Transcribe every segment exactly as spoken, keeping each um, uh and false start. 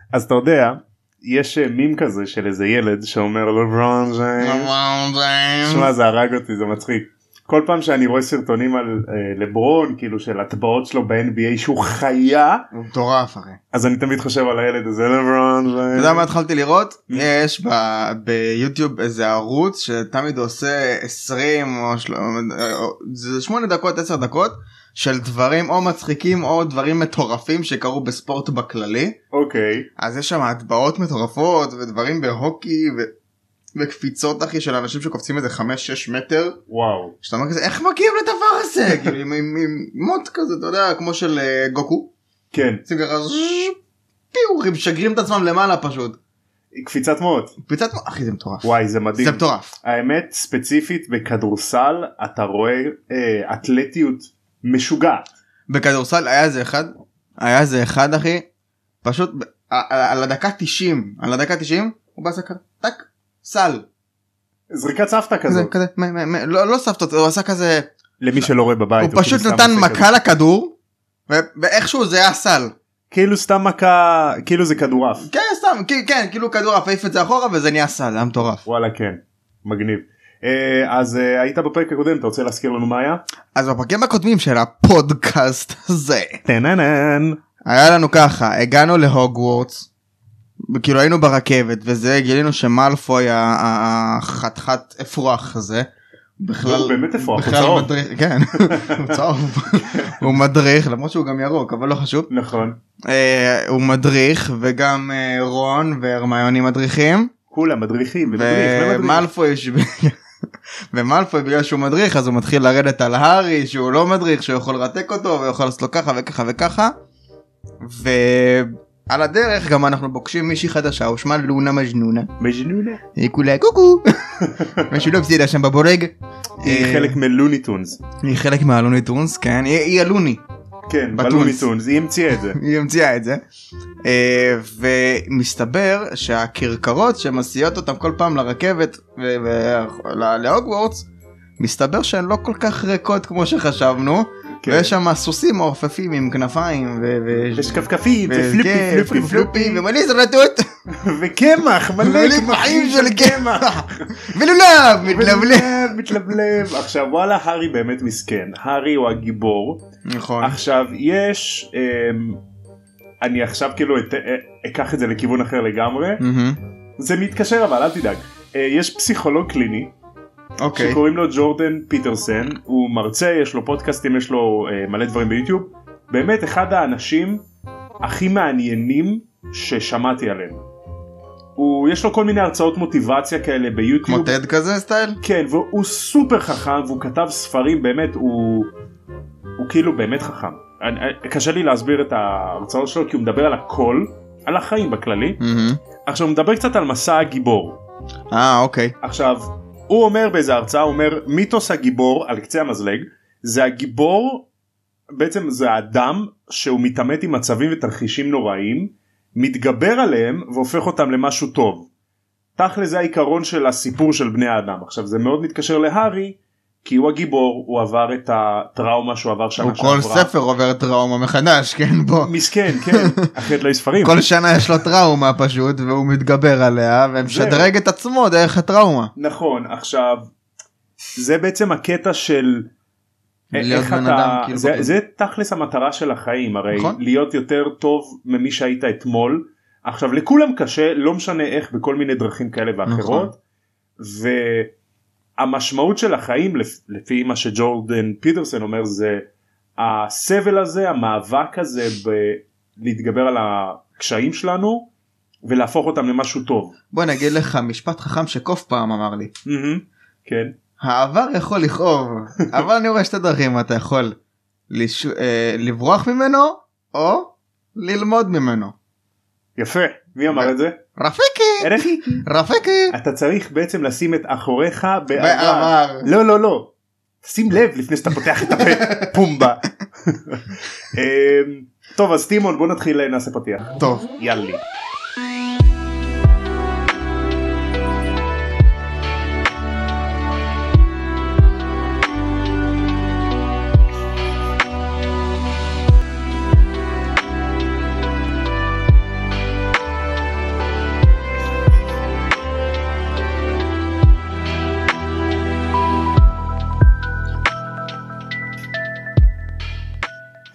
אז אתה יודע, יש מים כזה של איזה ילד שאומר לברון ג'יימס, שמע זה הרג אותי, זה מצחיק. כל פעם שאני רואה סרטונים על אה, לברון, כאילו של הטבעות שלו ב-אן בי איי שהוא חיה, הוא מטורף אחי. אז אני תמיד חושב על הילד הזה, לברון ג'יימס. אתה יודע מה התחלתי לראות? יש ב- ביוטיוב איזה ערוץ שתמיד עושה עשרים או זה שמונה דקות עשר דקות של דברים או מצחיקים או דברים מטורפים שקרו בספורט בכללי. אוקיי. אז יש שם הטבעות מטורפות ודברים בהוקי ו... וקפיצות אחי של אנשים שקופצים איזה חמש שש מטר. וואו. שאתה אומר כזה איך מגיעים לדבר הזה? כאילו עם, עם, עם מוט כזה אתה יודע כמו של uh, גוקו. כן. עושים ככה פיורים משגרים את עצמם למעלה פשוט. קפיצת מוט. קפיצת מוט. אחי זה מטורף. וואי זה מדהים. זה מטורף. האמת ספציפית בכדורסל אתה רואה אה, אתלטיות משוגעת. בכדורסל היה זה אחד. היה זה אחד אחי. פשוט על הדקה תשעים. על הדקה תשעים הוא בא סקר. טק. סל. זריקת סבתא כזאת. כזה, כזה, לא, לא סבתא, הוא עשה כזה. למי שלא רואה בבית. הוא פשוט נתן מכה לכדור, ואיכשהו זה היה סל. כאילו סתם מכה, כאילו זה כדורף. כן, סתם, כן, כאילו כדורף, העיף את זה אחורה וזה נהיה סל, היה מטורף. וואלה כן, מגניב. אז היית בפרק הקודם, אתה רוצה להזכיר לנו מה היה? אז בפרקים הקודמים של הפודקאסט הזה. טננן. היה לנו ככה, הגענו להוגוורטס. כאילו היינו ברכבת וזה גילינו שמאלפוי החתיכת אפרוח הזה בכלל הוא באמת אפרוח, הוא בכלל צהוב. מדריך, כן, הוא צהוב, הוא מדריך למרות שהוא גם ירוק אבל לא חשוב. נכון. הוא מדריך וגם רון והרמיוני מדריכים. כולם מדריכים. ומאלפוי ומאלפוי בגלל שהוא מדריך אז הוא מתחיל לרדת על הארי שהוא לא מדריך שהוא יכול לרתק אותו ויכול לעשות לו ככה וככה וככה. ו... על הדרך גם אנחנו בוקשים מישהי חדשה, הוא שמה לונה מג'נונה. מג'נונה? היא כולה קוקו. משהו לא בסדר שם בבורג. היא חלק מלוניטונס. היא חלק מהלוניטונס, כן. היא הלוני. כן, בלוניטונס. היא המציאה את זה. היא המציאה את זה. ומסתבר שהקרקרות שמסיעות אותם כל פעם לרכבת להוגוורטס, מסתבר שהן לא כל כך ריקות כמו שחשבנו. ויש שם סוסים מעופפים עם כנפיים יש כפכפים ופלופי פלופי פלופי ומלא זרטות וקמח מלא קמחים של קמח ולולב מתלבלב מתלבלב. עכשיו וואלה הארי באמת מסכן, הארי הוא הגיבור. נכון. עכשיו יש אני עכשיו כאילו אקח את זה לכיוון אחר לגמרי, זה מתקשר אבל אל תדאג. יש פסיכולוג קליני Okay. שקוראים לו ג'ורדן פיטרסן, הוא מרצה, יש לו פודקאסטים, יש לו uh, מלא דברים ביוטיוב, באמת אחד האנשים הכי מעניינים ששמעתי עליהם. הוא, יש לו כל מיני הרצאות מוטיבציה כאלה ביוטיוב. כמו טד כזה סטייל? כן, והוא סופר חכם, והוא כתב ספרים, באמת, הוא, הוא כאילו באמת חכם. אני, קשה לי להסביר את ההרצאות שלו, כי הוא מדבר על הכל, על החיים בכללי. Mm-hmm. עכשיו הוא מדבר קצת על מסע הגיבור. אה, אוקיי. עכשיו... הוא אומר באיזה הרצאה, הוא אומר מיתוס הגיבור על קצה המזלג, זה הגיבור, בעצם זה האדם שהוא מתעמת עם מצבים ותרחישים נוראים, מתגבר עליהם והופך אותם למשהו טוב. תכל'ס זה העיקרון של הסיפור של בני האדם. עכשיו זה מאוד מתקשר להארי, כי הוא הגיבור, הוא עבר את הטראומה שהוא עבר שנה שעברה. הוא כל ספר עובר טראומה מחדש, כן בוא. מסכן, כן, אחרת לא יש ספרים. כל שנה יש לו טראומה פשוט, והוא מתגבר עליה, ומשדרג את עצמו דרך הטראומה. נכון, עכשיו, זה בעצם הקטע של... להיות בן אדם, כאילו... זה, זה תכלס המטרה של החיים, הרי נכון? להיות יותר טוב ממי שהיית אתמול. עכשיו, לכולם קשה, לא משנה איך, בכל מיני דרכים כאלה ואחרות. נכון. ו... המשמעות של החיים לפי מה שג'ורדן פיטרסן אומר זה הסבל הזה, המאבק הזה להתגבר על הקשיים שלנו ולהפוך אותם למשהו טוב. בוא נגיד לך משפט חכם שקוף פעם אמר לי. כן. העבר יכול לכאוב, אבל אני רואה שתי דרכים אתה יכול לש... לברוח ממנו או ללמוד ממנו. יפה, מי אמר את זה? רפיקי. רפיקי. רפיקי. אתה צריך בעצם לשים את אחוריך בעבר. בעבר. לא לא לא. שים לב לפני שאתה פותח את הפה. פומבה. טוב אז טימון בוא נתחיל נעשה פתיח. טוב. יאללה.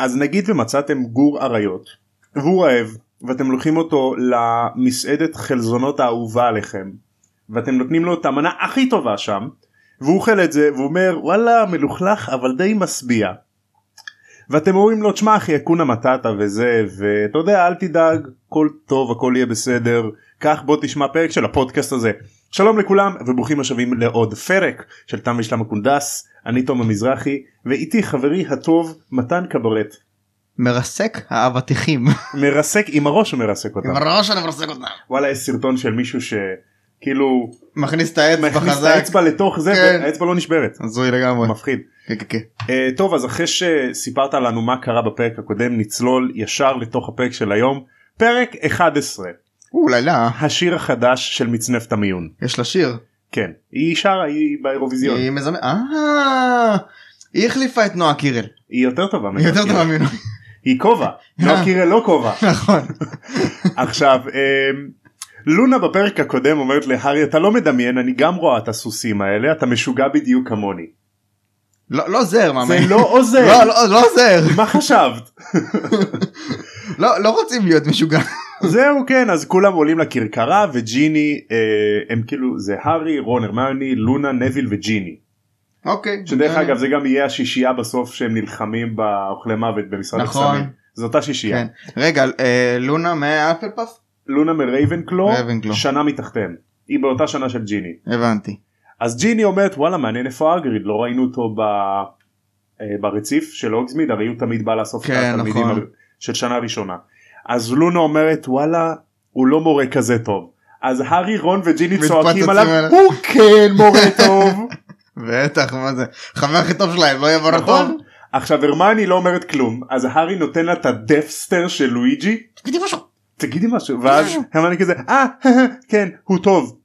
אז נגיד ומצאתם גור אריות והוא רעב ואתם לוקחים אותו למסעדת חלזונות האהובה עליכם ואתם נותנים לו את המנה הכי טובה שם והוא אוכל את זה והוא אומר וואלה מלוכלך אבל די משביע ואתם אומרים לו תשמע אחי אקונה מטאטה וזה ואתה יודע אל תדאג הכל טוב הכל יהיה בסדר כך בוא תשמע פרק של הפודקאסט הזה. שלום לכולם וברוכים השבים לעוד פרק של תם ושלם הקונדס. אני תום המזרחי ואיתי חברי הטוב מתן קברט. מרסק האבטיחים. מרסק עם הראש הוא מרסק אותם. עם הראש אני מרסק אותם. וואלה יש סרטון של מישהו שכאילו מכניס את האצבע חזק. מכניס את האצבע לתוך זה כן. והאצבע לא נשברת. הזוי לגמרי. מפחיד. כן כן כן. Uh, טוב אז אחרי שסיפרת לנו מה קרה בפרק הקודם נצלול ישר לתוך הפרק של היום. פרק אחד עשרה. אולי לא. השיר החדש של מצנפת המיון. יש לה שיר. כן. היא שרה היא באירוויזיון. היא מזמנת. אה. היא החליפה את נועה קירל. היא יותר טובה. היא יותר טובה ממנו. היא כובע. נועה קירל לא כובע. נכון. עכשיו לונה בפרק הקודם אומרת להרי אתה לא מדמיין אני גם רואה את הסוסים האלה אתה משוגע בדיוק כמוני. לא לא עוזר מאמא. זה לא עוזר. לא לא לא עוזר. מה חשבת? לא לא רוצים להיות משוגע. זהו כן אז כולם עולים לכרכרה וג'יני אה, הם כאילו זה הארי רון הרמיוני לונה נביל וג'יני. אוקיי. שדרך אגב זה גם יהיה השישייה בסוף שהם נלחמים באוכלי מוות במשרד נכון. הקסמים. זו אותה שישייה. כן. רגע אה, לונה מאפל פאף? לונה מרייבנקלו רייבנקלו. שנה מתחתיהם. היא באותה שנה של ג'יני. הבנתי. אז ג'יני אומרת וואלה מעניין איפה אגריד לא ראינו אותו ב... אה, ברציף של אוגזמיד הרי הוא תמיד בא לאסוף כן, את התלמידים נכון. של שנה ראשונה. אז לונה אומרת וואלה הוא לא מורה כזה טוב. אז הארי רון וג'יני צועקים עליו עליו. הוא כן מורה טוב. בטח מה זה חבר הכי טוב שלהם לא יבוא נכון? טוב. עכשיו הרמני לא אומרת כלום אז הארי נותן לה את הדפסטר של לואיג'י תגידי משהו. תגידי משהו ואז הרמני כזה אה כן הוא טוב.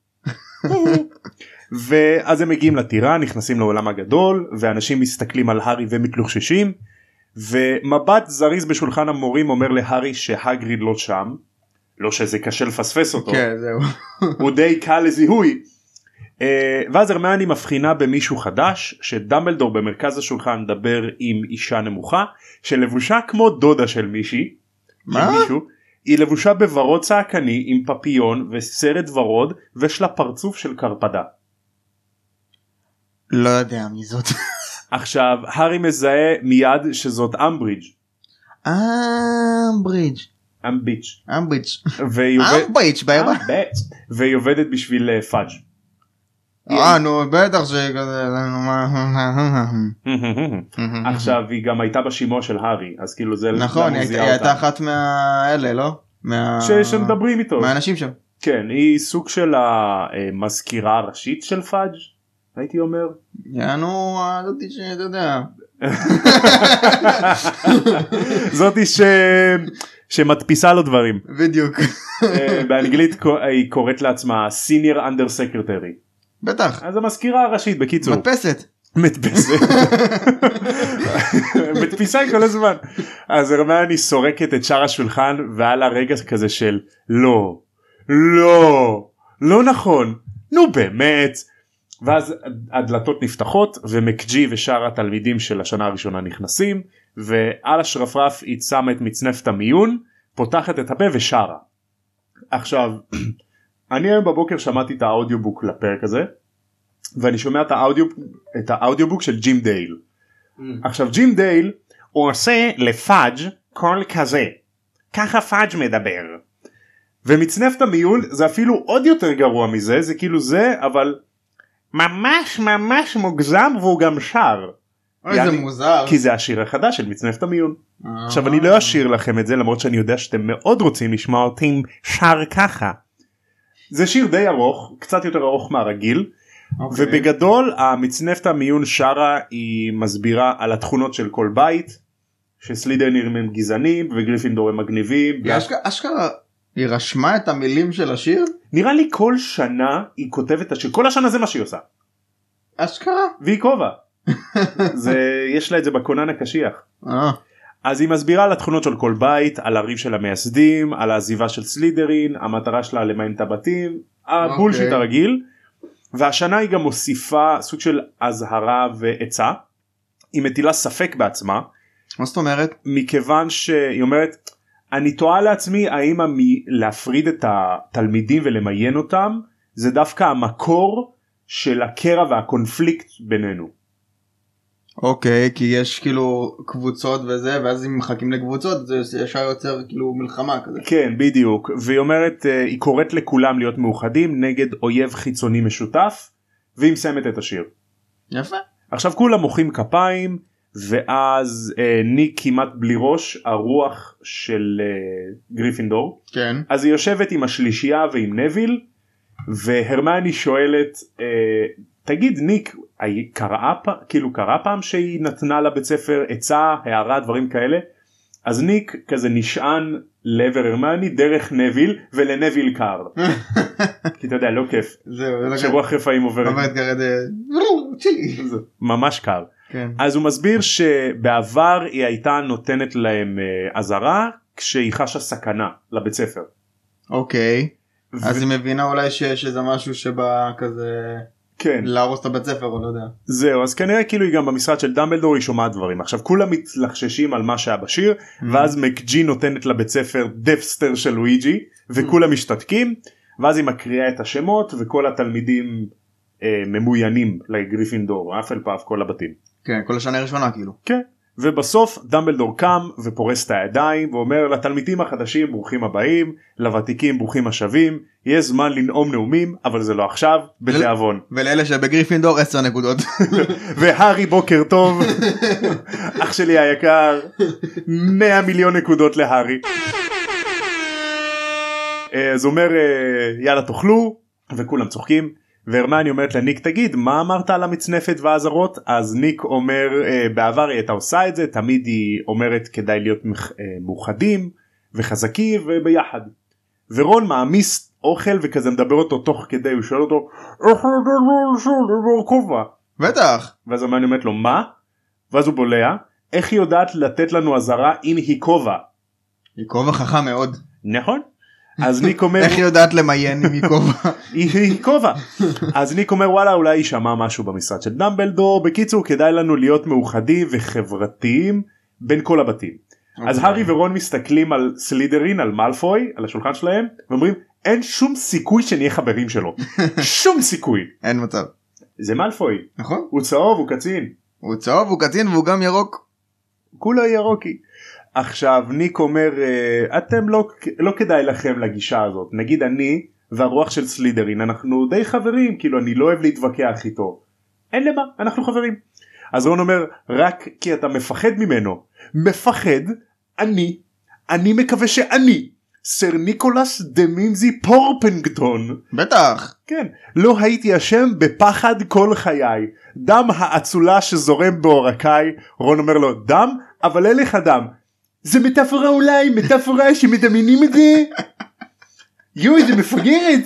ואז הם מגיעים לטירה נכנסים לעולם הגדול ואנשים מסתכלים על הארי ומתלוחששים ומבט זריז בשולחן המורים אומר להארי שהגריד לא שם לא שזה קשה לפספס אותו כן זהו. הוא די קל לזיהוי. ואז הרמיוני מבחינה במישהו חדש שדמבלדור במרכז השולחן מדבר עם אישה נמוכה שלבושה כמו דודה של מישהי. מה? מישהו, היא לבושה בוורוד צעקני עם פפיון וסרט ורוד ויש לה פרצוף של קרפדה. לא יודע מי זאת. עכשיו הארי מזהה מיד שזאת אמברידג'. אמברידג'. אמביץ'. אמברידג'. והיא עובד- אמברידג' ביבא. אמביץ'. והיא עובדת בשביל אה, פאג'. אה נו בטח שכזה. עכשיו היא גם הייתה בשימוע של הארי אז כאילו זה נכון למה היא זיהה הייתה אותה. אחת מהאלה לא? מה- ש- שמדברים איתו. מהאנשים שם. כן היא סוג של המזכירה הראשית של פאג' הייתי אומר. יענו זאתי שאתה יודע. זאתי ש... שמדפיסה לו דברים. בדיוק. אה, באנגלית קו- היא קוראת לעצמה senior under secretary. בטח. אז המזכירה הראשית בקיצור. מדפסת. מדפסת. מדפיסה כל הזמן. אז הרמיוני סורקת את שאר השולחן ועל הרגע כזה של לא לא לא נכון נו באמת. ואז הדלתות נפתחות ומקג'י ושאר התלמידים של השנה הראשונה נכנסים ועל השרפרף היא שמה את מצנפת המיון פותחת את הפה ושרה. עכשיו אני היום בבוקר שמעתי את האודיובוק לפרק הזה ואני שומע את האודיו את האודיובוק של ג'ים דייל. mm. עכשיו ג'ים דייל הוא עושה לפאג' קול כזה ככה פאג' מדבר ומצנפת המיון זה אפילו עוד יותר גרוע מזה זה כאילו זה אבל ממש ממש מוגזם והוא גם שר. אוי זה מוזר. כי זה השיר החדש של מצנפת המיון. עכשיו אני לא אשיר לכם את זה למרות שאני יודע שאתם מאוד רוצים לשמוע אותי שר ככה. זה שיר די ארוך קצת יותר ארוך מהרגיל ובגדול המצנפת המיון שרה היא מסבירה על התכונות של כל בית שסלידרין הם גזענים וגריפינדור הם מגניבים. אשכרה היא רשמה את המילים של השיר? נראה לי כל שנה היא כותבת את השיר כל השנה זה מה שהיא עושה. אשכרה? והיא כובע. זה יש לה את זה בקונן הקשיח. אה. אז היא מסבירה על התכונות של כל בית על הריב של המייסדים על העזיבה של סלידרין המטרה שלה למיין את הבתים הבולשיט הרגיל. והשנה היא גם מוסיפה סוג של אזהרה ועצה. היא מטילה ספק בעצמה מה זאת אומרת? מכיוון שהיא אומרת אני תוהה לעצמי האם להפריד את התלמידים ולמיין אותם זה דווקא המקור של הקרע והקונפליקט בינינו. אוקיי, כי יש כאילו קבוצות וזה, ואז אם מחכים לקבוצות זה ישר יוצר כאילו מלחמה כזה. כן, בדיוק. והיא אומרת, היא קוראת לכולם להיות מאוחדים נגד אויב חיצוני משותף, והיא מסיימת את השיר. יפה. עכשיו כולם מוחאים כפיים, ואז אה, ניק כמעט בלי ראש, הרוח של אה, גריפינדור. כן. אז היא יושבת עם השלישייה ועם נביל, והרמני שואלת, אה, תגיד ניק, קראה, כאילו קראה פעם שהיא נתנה לבית ספר עצה, הערה, דברים כאלה? אז ניק כזה נשען לעבר הרמני דרך נביל ולנביל קר. כי אתה יודע, לא כיף. זהו. שרוח רפאים עוברת. עוברת גרד... ממש קר. כן. אז הוא מסביר שבעבר היא הייתה נותנת להם עזרה כשהיא חשה סכנה לבית ספר. אוקיי. אז היא מבינה אולי שיש איזה משהו שבא כזה... כן. להרוס את הבית ספר או לא יודע. זהו, אז כנראה כאילו היא גם במשרד של דמבלדור היא שומעת דברים. עכשיו כולם מתלחששים על מה שהיה בשיר, ואז מקג'י נותנת לבית ספר דפסטר של לואיג'י, וכולם משתתקים, ואז היא מקריאה את השמות, וכל התלמידים אה, ממוינים לגריפינדור, אף אל פאף כל הבתים. כן, כל השנה הראשונה כאילו. כן. ובסוף דמבלדור קם ופורס את הידיים ואומר לתלמידים החדשים ברוכים הבאים, לוותיקים ברוכים השבים, יהיה זמן לנאום נאומים אבל זה לא עכשיו, בתיאבון. ולאלה שבגריפינדור עשר נקודות. והארי בוקר טוב, אח שלי היקר, מאה מיליון נקודות להארי. אז הוא אומר יאללה תאכלו וכולם צוחקים. והרמני אומרת לניק תגיד מה אמרת על המצנפת והעזרות? אז ניק אומר בעבר היא הייתה עושה את זה, תמיד היא אומרת כדאי להיות מאוחדים וחזקים וביחד. ורון מעמיס אוכל וכזה מדבר אותו תוך כדי, הוא שואל אותו איך לדבר כובע? בטח. ואז הרמני אומרת לו מה? ואז הוא בולע איך היא יודעת לתת לנו עזרה אם היא כובע? היא כובע חכם מאוד. נכון. אז ניק אומר איך היא יודעת למיין עם היא כובע? היא כובע. אז ניק אומר וואלה אולי היא שמעה משהו במשרד של דמבלדור. בקיצור כדאי לנו להיות מאוחדים וחברתיים בין כל הבתים. אז הארי ורון מסתכלים על סלידרין, על מאלפוי, על השולחן שלהם ואומרים אין שום סיכוי שנהיה חברים שלו. שום סיכוי. אין מצב. זה מאלפוי. נכון. הוא צהוב, הוא קצין. הוא צהוב, הוא קצין והוא גם ירוק. כולו ירוקי. עכשיו ניק אומר אתם לא, לא כדאי לכם לגישה הזאת, נגיד אני והרוח של סלידרין אנחנו די חברים, כאילו אני לא אוהב להתווכח איתו, אין למה, אנחנו חברים. אז רון אומר רק כי אתה מפחד ממנו. מפחד? אני אני מקווה שאני סר ניקולס דה מימזי פורפינגטון. בטח. כן, לא הייתי אשם בפחד כל חיי, דם האצולה שזורם בעורקיי. רון אומר לו דם? אבל אין לך דם. זה מטאפורה אולי, מטאפורה שמדמיינים את זה. יואי זה מפגרת.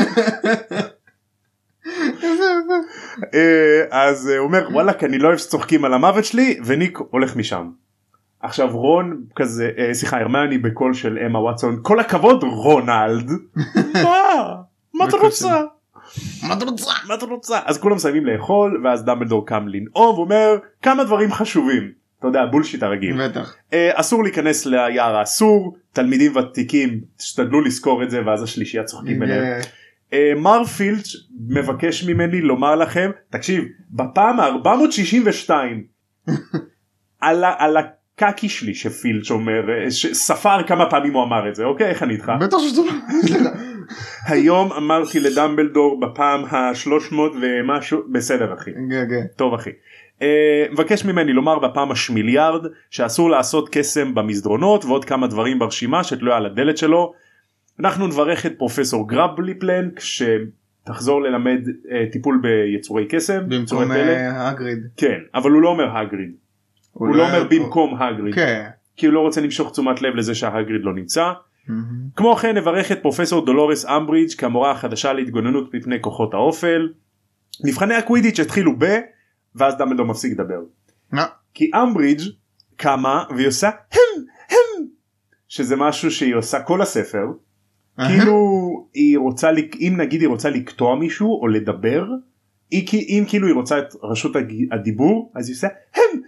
אז הוא אומר וואלה כי אני לא אוהב שצוחקים על המוות שלי, וניק הולך משם. עכשיו רון כזה, סליחה הרמני בקול של אמה וואטסון, כל הכבוד רונלד. מה אתה רוצה? מה אתה רוצה? מה אתה רוצה? אז כולם מסיימים לאכול ואז דמבלדור קם לנאום ואומר כמה דברים חשובים. אתה יודע, בולשיט הרגיל. בטח. אסור להיכנס ליער האסור, תלמידים ותיקים תשתדלו לזכור את זה ואז השלישייה צוחקים ביניהם. מר פילץ' מבקש ממני לומר לכם, תקשיב, בפעם ה-ארבע מאות שישים ושתיים על הקקי שלי שפילץ' אומר, ספר כמה פעמים הוא אמר את זה, אוקיי? איך אני איתך? בטח שזה לא. היום אמרתי לדמבלדור בפעם ה-שלוש מאות ומשהו, בסדר אחי. טוב אחי. מבקש ממני לומר בפעם השמיליארד שאסור לעשות קסם במסדרונות ועוד כמה דברים ברשימה שתלויה על הדלת שלו. אנחנו נברך את פרופסור גרבלי פלנק שתחזור ללמד טיפול ביצורי קסם במקום הגריד. כן, אבל הוא לא אומר הגריד, הוא לא אומר במקום הגריד, כי הוא לא רוצה למשוך תשומת לב לזה שהגריד לא נמצא. כמו כן נברך את פרופסור דולורס אמברידג' כמורה החדשה להתגוננות מפני כוחות האופל. מבחני הקווידיץ' התחילו ב ואז דמבלדור מפסיק לדבר. כי אמברידג' קמה והיא עושה הם הם שזה משהו שהיא עושה כל הספר. כאילו היא רוצה, אם נגיד היא רוצה לקטוע מישהו או לדבר, אם כאילו היא רוצה את רשות הדיבור אז היא עושה הם הם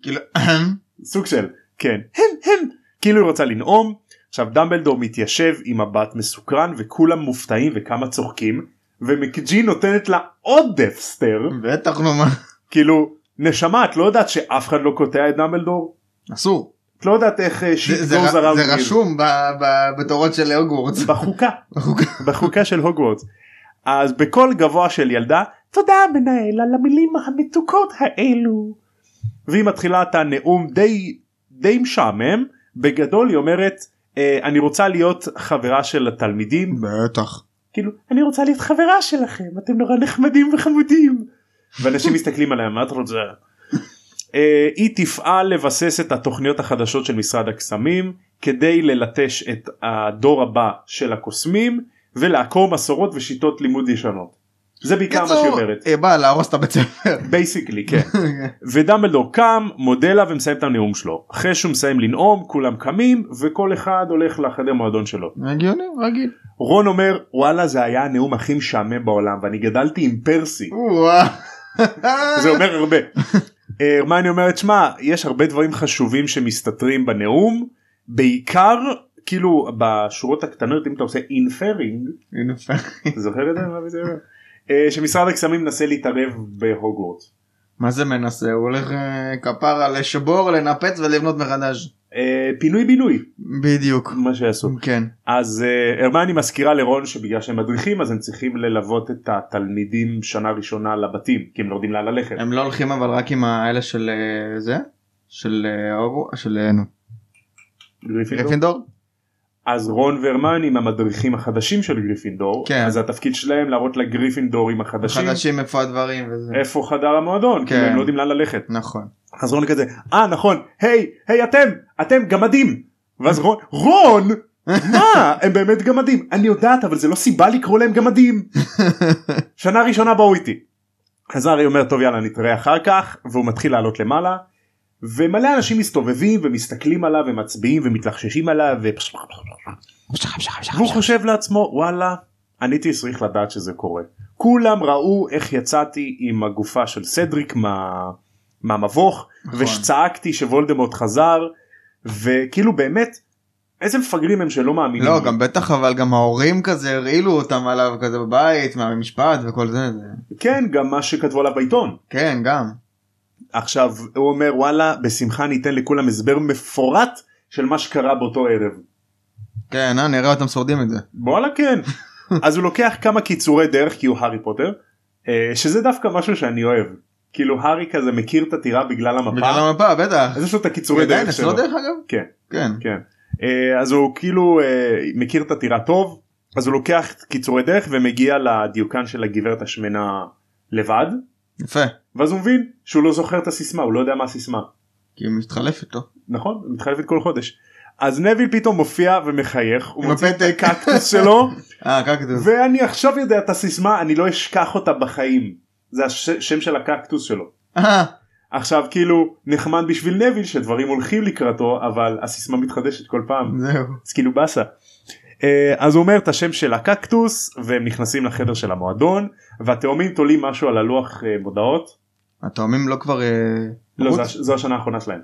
כאילו סוג של כן הם הם כאילו היא רוצה לנאום. עכשיו דמבלדור מתיישב עם מבט מסוקרן וכולם מופתעים וכמה צוחקים ומקג'י נותנת לה עוד דפסטר. בטח נו מה. כאילו נשמה את לא יודעת שאף אחד לא קוטע את דמבלדור? אסור. את לא יודעת איך שיט זה, גוז אראונד. זה רשום ב, ב, בתורות של הוגוורטס. בחוקה. בחוקה. בחוקה של הוגוורטס. אז בקול גבוה של ילדה תודה מנהל על המילים המתוקות האלו. והיא מתחילה את הנאום די די משעמם. בגדול היא אומרת אני רוצה להיות חברה של התלמידים. בטח. כאילו אני רוצה להיות חברה שלכם אתם נורא נחמדים וחמודים. ואנשים מסתכלים עליהם מה אתה רוצה. היא תפעל לבסס את התוכניות החדשות של משרד הקסמים כדי ללטש את הדור הבא של הקוסמים ולעקור מסורות ושיטות לימוד ישנות. זה בעיקר מה שהיא אומרת. היא באה להרוס את הבית ספר. בייסיקלי כן. ודמבלדור קם מודה לה ומסיים את הנאום שלו. אחרי שהוא מסיים לנאום כולם קמים וכל אחד הולך לחדר מועדון שלו. הגיוני רגיל. רון אומר וואלה זה היה הנאום הכי משעמם בעולם ואני גדלתי עם פרסי. זה אומר הרבה. הרמיוני אומרת שמה יש הרבה דברים חשובים שמסתתרים בנאום בעיקר כאילו בשורות הקטנות אם אתה עושה אינפרינג זוכר את זה? מה זה אומר? שמשרד הקסמים מנסה להתערב בהוגוורטס. מה זה מנסה? הוא הולך כפרה לשבור לנפץ ולבנות מחדש. פינוי בינוי. בדיוק. מה שעשו. כן. אז הרמיוני מזכירה לרון שבגלל שהם מדריכים אז הם צריכים ללוות את התלמידים שנה ראשונה לבתים כי הם לא יודעים לאן ללכת. הם לא הולכים אבל רק עם האלה של זה? של של נו. גריפינדור? אז רון והרמיוני הם המדריכים החדשים של גריפינדור. כן. אז התפקיד שלהם להראות לגריפינדורים החדשים. החדשים איפה הדברים וזה. איפה חדר המועדון. כן. כי הם לא יודעים לאן ללכת. נכון. אז רון כזה אה נכון היי היי אתם אתם גמדים. ואז רון רון מה הם באמת גמדים אני יודעת אבל זה לא סיבה לקרוא להם גמדים. שנה ראשונה באו איתי. אז הארי אומר טוב יאללה נתראה אחר כך והוא מתחיל לעלות למעלה. ומלא אנשים מסתובבים ומסתכלים עליו ומצביעים ומתלחששים עליו והוא חושב לעצמו וואלה אני צריך לדעת שזה קורה. כולם ראו איך יצאתי עם הגופה של סדריק מה... מהמבוך ושצעקתי שוולדמורט חזר וכאילו באמת איזה מפגרים הם שלא מאמינים. לא גם בטח אבל גם ההורים כזה הרעילו אותם עליו כזה בבית מהמשפט וכל זה. כן גם מה שכתבו עליו בעיתון. כן גם. עכשיו הוא אומר וואלה בשמחה ניתן לכולם הסבר מפורט של מה שקרה באותו ערב. כן אה, נראה אותם שורדים את זה. וואלה כן. אז הוא לוקח כמה קיצורי דרך כי הוא הארי פוטר שזה דווקא משהו שאני אוהב. כאילו הארי כזה מכיר את הטירה בגלל המפה. בגלל המפה בטח. אז יש לו את הקיצורי דרך שלו. לא דרך אגב? כן. כן. כן. אז הוא כאילו מכיר את הטירה טוב אז הוא לוקח קיצורי דרך ומגיע לדיוקן של הגברת השמנה לבד. יפה. ואז הוא מבין שהוא לא זוכר את הסיסמה הוא לא יודע מה הסיסמה. כי היא מתחלפת לו. נכון מתחלפת כל חודש. אז נביל פתאום מופיע ומחייך הוא מוציא את הקקטוס שלו. אה קקטוס. ואני עכשיו יודע את הסיסמה אני לא אשכח אותה בחיים. זה השם של הקקטוס שלו. עכשיו כאילו נחמד בשביל נביל שדברים הולכים לקראתו אבל הסיסמה מתחדשת כל פעם. זהו. אז כאילו בסה. אז הוא אומר את השם של הקקטוס והם נכנסים לחדר של המועדון והתאומים תולים משהו על הלוח מודעות. התאומים לא כבר לא זו השנה האחרונה שלהם.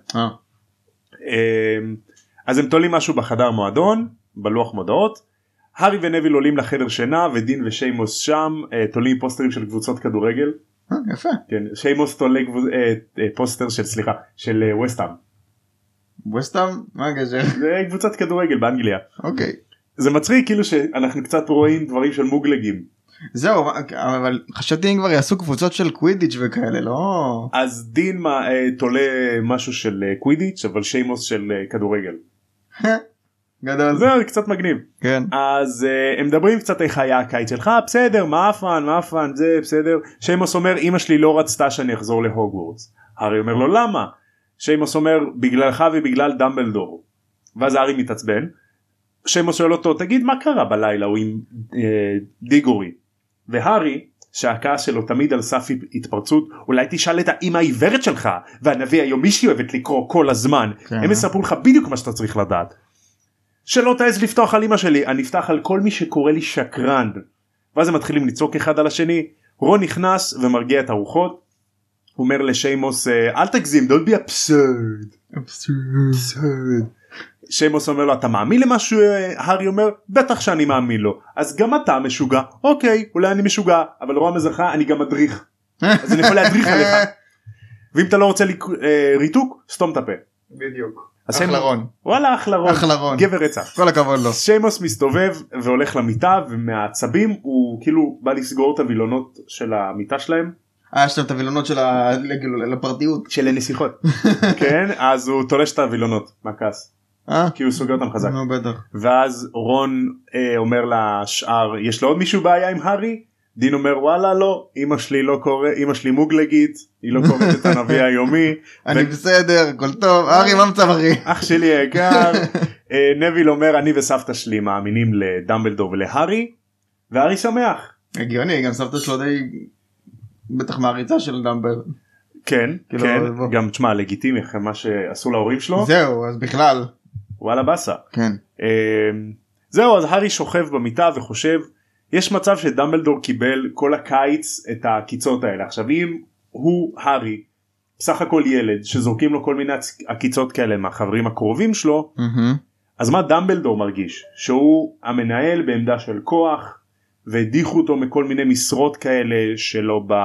אז הם תולים משהו בחדר מועדון בלוח מודעות. הארי ונביל עולים לחדר שינה ודין ושיימוס שם תולים פוסטרים של קבוצות כדורגל. יפה. כן, שיימוס תולה פוסטר של סליחה של ווסטהאם. ווסטהאם? מה הגשר? זה קבוצת כדורגל באנגליה. אוקיי. זה מצחיק כאילו שאנחנו קצת רואים דברים של מוגלגים. זהו אבל חשבתי אם כבר יעשו קבוצות של קווידיץ' וכאלה לא. אז דין תולה משהו של קווידיץ' אבל שיימוס של כדורגל. גדול. זה קצת מגניב. כן. אז הם מדברים קצת איך היה הקיץ שלך בסדר מאפן מאפן זה בסדר. שיימוס אומר אמא שלי לא רצתה שאני אחזור להוגוורטס. הארי אומר לו למה? שיימוס אומר בגללך ובגלל דמבלדור. ואז הארי מתעצבן. שיימוס שואל אותו תגיד מה קרה בלילה הוא עם אה, דיגורי. והארי שהכעס שלו תמיד על סף התפרצות אולי תשאל את האמא העיוורת שלך והנביא היומי שהיא אוהבת לקרוא כל הזמן. כן. הם יספרו לך בדיוק מה שאתה צריך לדעת. שלא תעז לפתוח על אמא שלי אני אפתח על כל מי שקורא לי שקרן. ואז הם מתחילים לצעוק אחד על השני. רון נכנס ומרגיע את הרוחות. הוא אומר לשיימוס אל תגזים, don't be absurd. absurd. שיימוס אומר לו אתה מאמין למה שהארי אומר? בטח שאני מאמין לו. אז גם אתה משוגע. אוקיי, אולי אני משוגע, אבל רוע מזרחה אני גם מדריך. אז אני יכול להדריך עליך. ואם אתה לא רוצה ריתוק, סתום את הפה. בדיוק. אחלה רון. וואלה אחלה רון. אחלה רון. גבר רצח. כל הכבוד לו. שיימוס מסתובב והולך למיטה, ומהעצבים הוא כאילו בא לסגור את הווילונות של המיטה שלהם. אה, יש להם את הווילונות של הפרטיות. של הנסיכות. כן, אז הוא תולש את הווילונות מהכעס. אה? כי הוא סוגר אותם חזק. נו בטח. ואז רון אה, אומר לשאר, יש לו עוד מישהו בעיה עם הארי? דין אומר וואלה לא, אמא שלי לא קורא, אמא שלי מוגלגית, היא לא קוראת את הנביא היומי. אני בסדר, הכל טוב, הארי מה מצב אחי? אח שלי יקר. נביל אומר אני וסבתא שלי מאמינים לדמבלדור ולהארי, והארי שמח. הגיוני, גם סבתא שלו די בטח מעריצה של דמבלדור. כן, כן, גם תשמע לגיטימי אחרי מה שעשו להורים שלו. זהו, אז בכלל. וואלה בסה. כן. זהו, אז הארי שוכב במיטה וחושב, יש מצב שדמבלדור קיבל כל הקיץ את הקיצות האלה. עכשיו אם הוא הארי בסך הכל ילד שזורקים לו כל מיני הקיצות כאלה מהחברים הקרובים שלו, mm-hmm. אז מה דמבלדור מרגיש? שהוא המנהל בעמדה של כוח והדיחו אותו מכל מיני משרות כאלה שלו ב...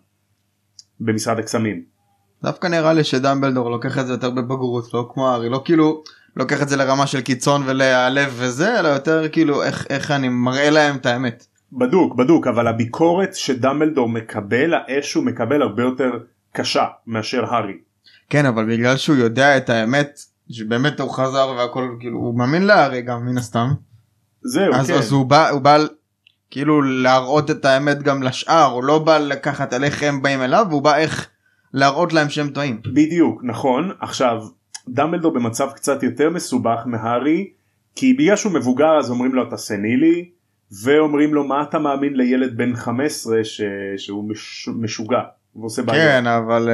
במשרד הקסמים. דווקא נראה לי שדמבלדור לוקח את זה יותר בבגרות, לא כמו הארי, לא כאילו לוקח את זה לרמה של קיצון ולהלב וזה, אלא יותר כאילו איך, איך אני מראה להם את האמת. בדוק, בדוק, אבל הביקורת שדמבלדור מקבל, האש הוא מקבל הרבה יותר קשה מאשר הארי. כן, אבל בגלל שהוא יודע את האמת, שבאמת הוא חזר והכל, כאילו, הוא מאמין להארי גם מן הסתם. זהו, אז, כן. אז הוא בא, הוא בא כאילו להראות את האמת גם לשאר, הוא לא בא לקחת על איך הם באים אליו, הוא בא איך להראות להם שהם טועים. בדיוק, נכון. עכשיו, דמבלדור במצב קצת יותר מסובך מהארי, כי בגלל שהוא מבוגר אז אומרים לו אתה סנילי, ואומרים לו מה אתה מאמין לילד בן חמש עשרה ש... שהוא מש... משוגע ועושה בעיה. כן, אבל...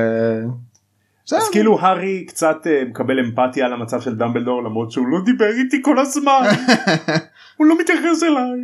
אז כאילו הארי קצת מקבל אמפתיה על המצב של דמבלדור, למרות שהוא לא דיבר איתי כל הזמן. הוא לא מתייחס אליי.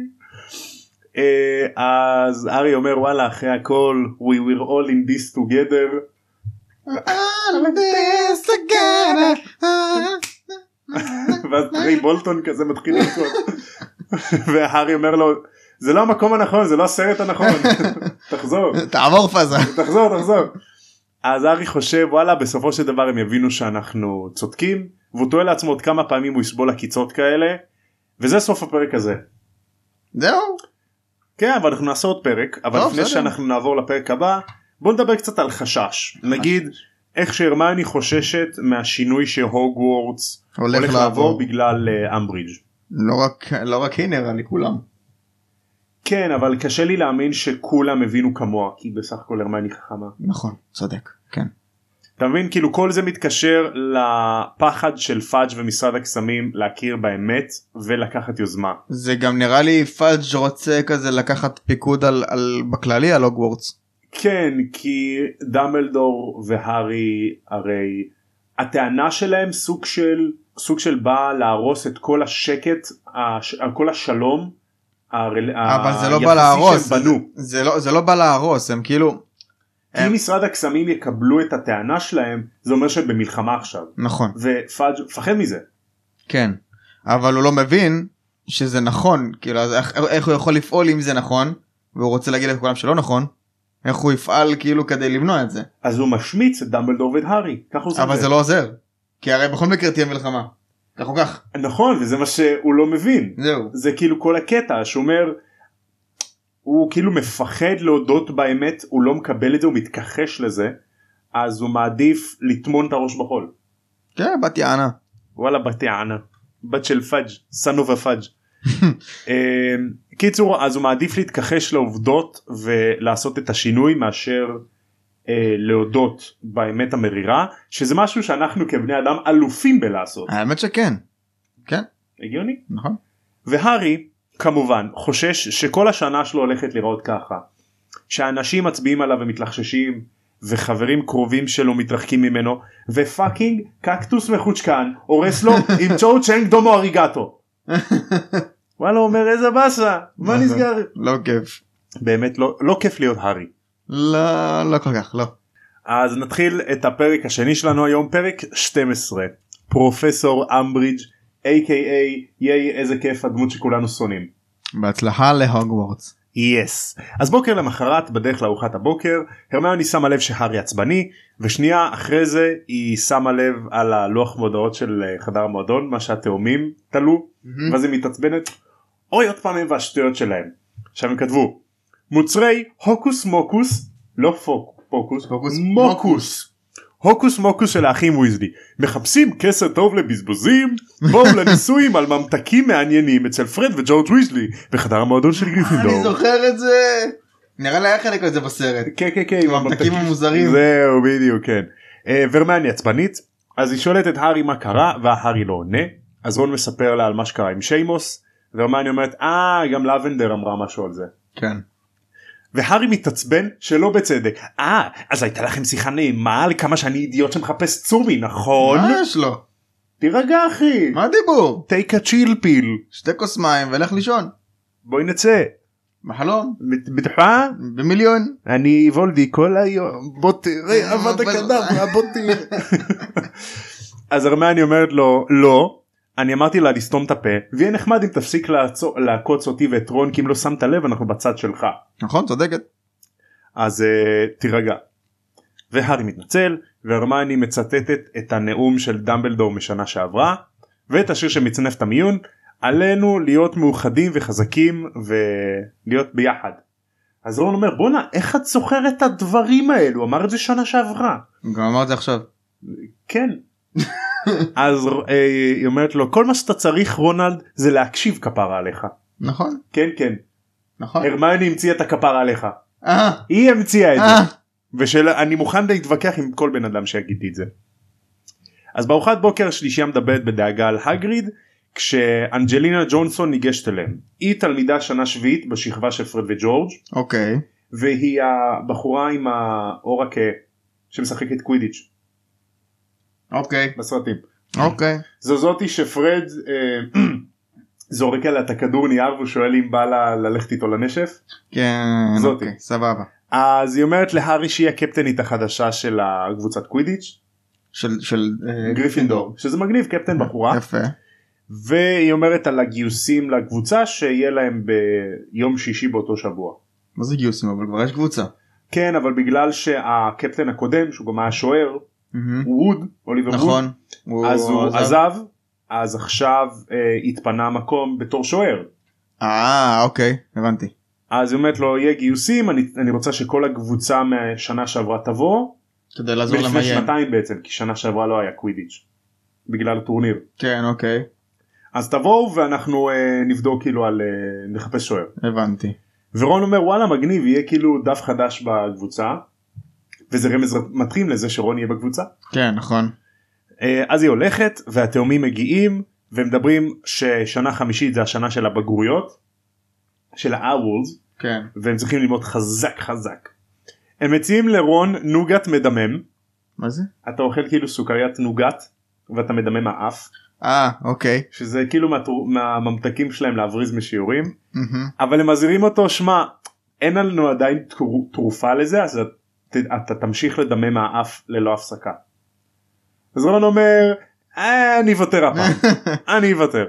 אז הארי אומר וואלה אחרי הכל we were all in this together. all in this together. ואז טרי בולטון כזה מתחיל לקרות. והארי אומר לו זה לא המקום הנכון, זה לא הסרט הנכון. תחזור. תעבור פאזה. תחזור, תחזור. אז הארי חושב וואלה בסופו של דבר הם יבינו שאנחנו צודקים, והוא תוהה לעצמו עוד כמה פעמים הוא יסבול עקיצות כאלה, וזה סוף הפרק הזה. זהו. כן, אבל אנחנו נעשה עוד פרק, אבל לפני שאנחנו נעבור לפרק הבא בוא נדבר קצת על חשש. נגיד איך שהרמיוני חוששת מהשינוי שהוגוורטס הולך לעבור בגלל אמברידג'. לא רק לא רק היא נראה לי כולם. כן, אבל קשה לי להאמין שכולם הבינו כמוה, כי בסך הכל הרמיוני חכמה. נכון, צודק, כן. אתה מבין, כאילו כל זה מתקשר לפחד של פאג' ומשרד הקסמים להכיר באמת ולקחת יוזמה. זה גם נראה לי פאג' רוצה כזה לקחת פיקוד על, על בכללי על הוגוורטס. כן, כי דמבלדור והארי הרי הטענה שלהם סוג של סוג של בא להרוס את כל השקט, כל השלום. אבל זה לא בא להרוס, זה, זה, לא, זה לא בא להרוס, הם כאילו... כי אם משרד הקסמים יקבלו את הטענה שלהם, זה אומר שהם במלחמה עכשיו. נכון. ופאג' פחד מזה. כן, אבל הוא לא מבין שזה נכון, כאילו, אז איך, איך הוא יכול לפעול אם זה נכון, והוא רוצה להגיד לכולם שלא נכון, איך הוא יפעל כאילו כדי למנוע את זה. אז הוא משמיץ את דמבלדור ואת הארי, ככה הוא עושה. אבל זה לא עוזר, כי הרי בכל מקרה תהיה מלחמה. כך או כך. נכון, וזה מה שהוא לא מבין. זהו. זה כאילו כל הקטע שאומר, הוא כאילו מפחד להודות באמת, הוא לא מקבל את זה, הוא מתכחש לזה, אז הוא מעדיף לטמון את הראש בחול. כן, בת יענה. וואלה, בת יענה. בת של פאג', סנו ופאג'. קיצור, אז הוא מעדיף להתכחש לעובדות ולעשות את השינוי מאשר אה, להודות באמת המרירה, שזה משהו שאנחנו כבני אדם אלופים בלעשות. האמת שכן. כן. הגיוני? נכון. והארי כמובן חושש שכל השנה שלו הולכת לראות ככה, שאנשים מצביעים עליו ומתלחששים וחברים קרובים שלו מתרחקים ממנו, ופאקינג קקטוס מחוצ'קן הורס לו עם צ'ו צ'נג דומו אריגטו. וואלה, אומר איזה בסה, מה נסגר? לא כיף. באמת לא, לא כיף להיות הארי. לא, לא כל כך, לא. אז נתחיל את הפרק השני שלנו היום, פרק שתים עשרה, פרופסור אמברידג' איי קיי איי ייי איזה כיף, הדמות שכולנו שונאים. בהצלחה להוגוורטס. יס. yes. אז בוקר למחרת בדרך לארוחת הבוקר הרמיוני שמה לב שהארי עצבני, ושנייה אחרי זה היא שמה לב על הלוח מודעות של חדר המועדון מה שהתאומים תלו, mm-hmm. ואז היא מתעצבנת, אוי עוד פעם הם והשטויות שלהם. עכשיו הם כתבו מוצרי הוקוס מוקוס, לא פוק, פוקוס, פוקוס מוקוס. מוקוס. הוקוס מוקוס של האחים ויזלי, מחפשים כסר טוב לבזבוזים, בואו לניסויים על ממתקים מעניינים אצל פרד וג'ורג' ויזלי בחדר המועדון של גריפינדור. אני זוכר את זה, נראה לי היה חלק את זה בסרט. כן כן כן, ממתקים המוזרים. זהו בדיוק, כן. ורמני עצבנית, אז היא שואלת את הארי מה קרה והארי לא עונה, אז רון מספר לה על מה שקרה עם שיימוס, ורמני אומרת אה גם לבנדר אמרה משהו על זה. כן. והארי מתעצבן שלא בצדק. אה אז הייתה לכם שיחה נעימה על כמה שאני אידיוט שמחפש צומי, נכון? מה יש לו? תירגע אחי, מה הדיבור? take a chill pill, שתי כוס מים ולך לישון. בואי נצא. בחלום. בטוחה? במיליון. אני וולדי כל היום, בוא תראה עבד הקדברה, בוא תראה. אז הרמיוני אומרת לו לא, אני אמרתי לה לסתום את הפה, ויהיה נחמד אם תפסיק לעקוץ אותי ואת רון, כי אם לא שמת לב אנחנו בצד שלך. נכון, צודקת. אז uh, תירגע. והארי מתנצל, והרמיוני מצטטת את הנאום של דמבלדור משנה שעברה, ואת השיר שמצנף את המיון, עלינו להיות מאוחדים וחזקים ולהיות ביחד. אז רון אומר בונה איך את זוכרת את הדברים האלו, אמר את זה שנה שעברה. גם אמר את זה עכשיו. כן. אז היא אומרת לו כל מה שאתה צריך רונלד זה להקשיב כפרה עליך. נכון. כן כן. נכון. הרמיוני המציאה את הכפרה עליך. אה. היא המציאה את זה. ואני מוכן להתווכח עם כל בן אדם שיגיד את זה. אז בארוחת בוקר השלישייה מדברת בדאגה על הגריד, כשאנג'לינה ג'ונסון ניגשת אליהם. היא תלמידה שנה שביעית בשכבה של פרד וג'ורג'. אוקיי. והיא הבחורה עם האור הכהה שמשחקת קווידיץ'. אוקיי. בסרטים. אוקיי. זו זאתי שפרד אה, זורק עליה את הכדור נייר והוא שואל אם בא לה ללכת איתו לנשף. כן. זאתי. אוקיי, סבבה. אז היא אומרת להארי שהיא הקפטנית החדשה של הקבוצת קווידיץ'. של, של גריפינדור. שזה מגניב, קפטן בחורה. יפה. והיא אומרת על הגיוסים לקבוצה שיהיה להם ביום שישי באותו שבוע. מה זה גיוסים? אבל כבר יש קבוצה. כן, אבל בגלל שהקפטן הקודם שהוא גם היה שוער, הוא ווד, אוליבר נכון. ווד, אז הוא עזב, אז עכשיו התפנה מקום בתור שוער. אה, אוקיי, הבנתי. אז היא אומרת לו יהיה גיוסים, אני, אני רוצה שכל הקבוצה מהשנה שעברה תבוא. כדי לעזור למיין. לפני שנתיים בעצם, כי שנה שעברה לא היה קווידיץ' בגלל הטורניר. כן, אוקיי. אז תבואו ואנחנו אה, נבדוק כאילו על אה, נחפש שוער. הבנתי. ורון אומר וואלה מגניב, יהיה כאילו דף חדש בקבוצה, וזה רמז מתחיל לזה שרון יהיה בקבוצה. כן, נכון. אה, אז היא הולכת והתאומים מגיעים ומדברים ששנה חמישית זה השנה של הבגרויות של האוולס. כן. והם צריכים ללמוד חזק חזק. הם מציעים לרון נוגת מדמם. מה זה? אתה אוכל כאילו סוכריית נוגת ואתה מדמם האף. אה, אוקיי. שזה כאילו מהממתקים שלהם להבריז משיעורים. אבל הם מזהירים אותו, שמע, אין לנו עדיין תרופה לזה, אז אתה תמשיך לדמם מהאף ללא הפסקה. אז רון אומר, אני אוותר הפעם. אני אוותר.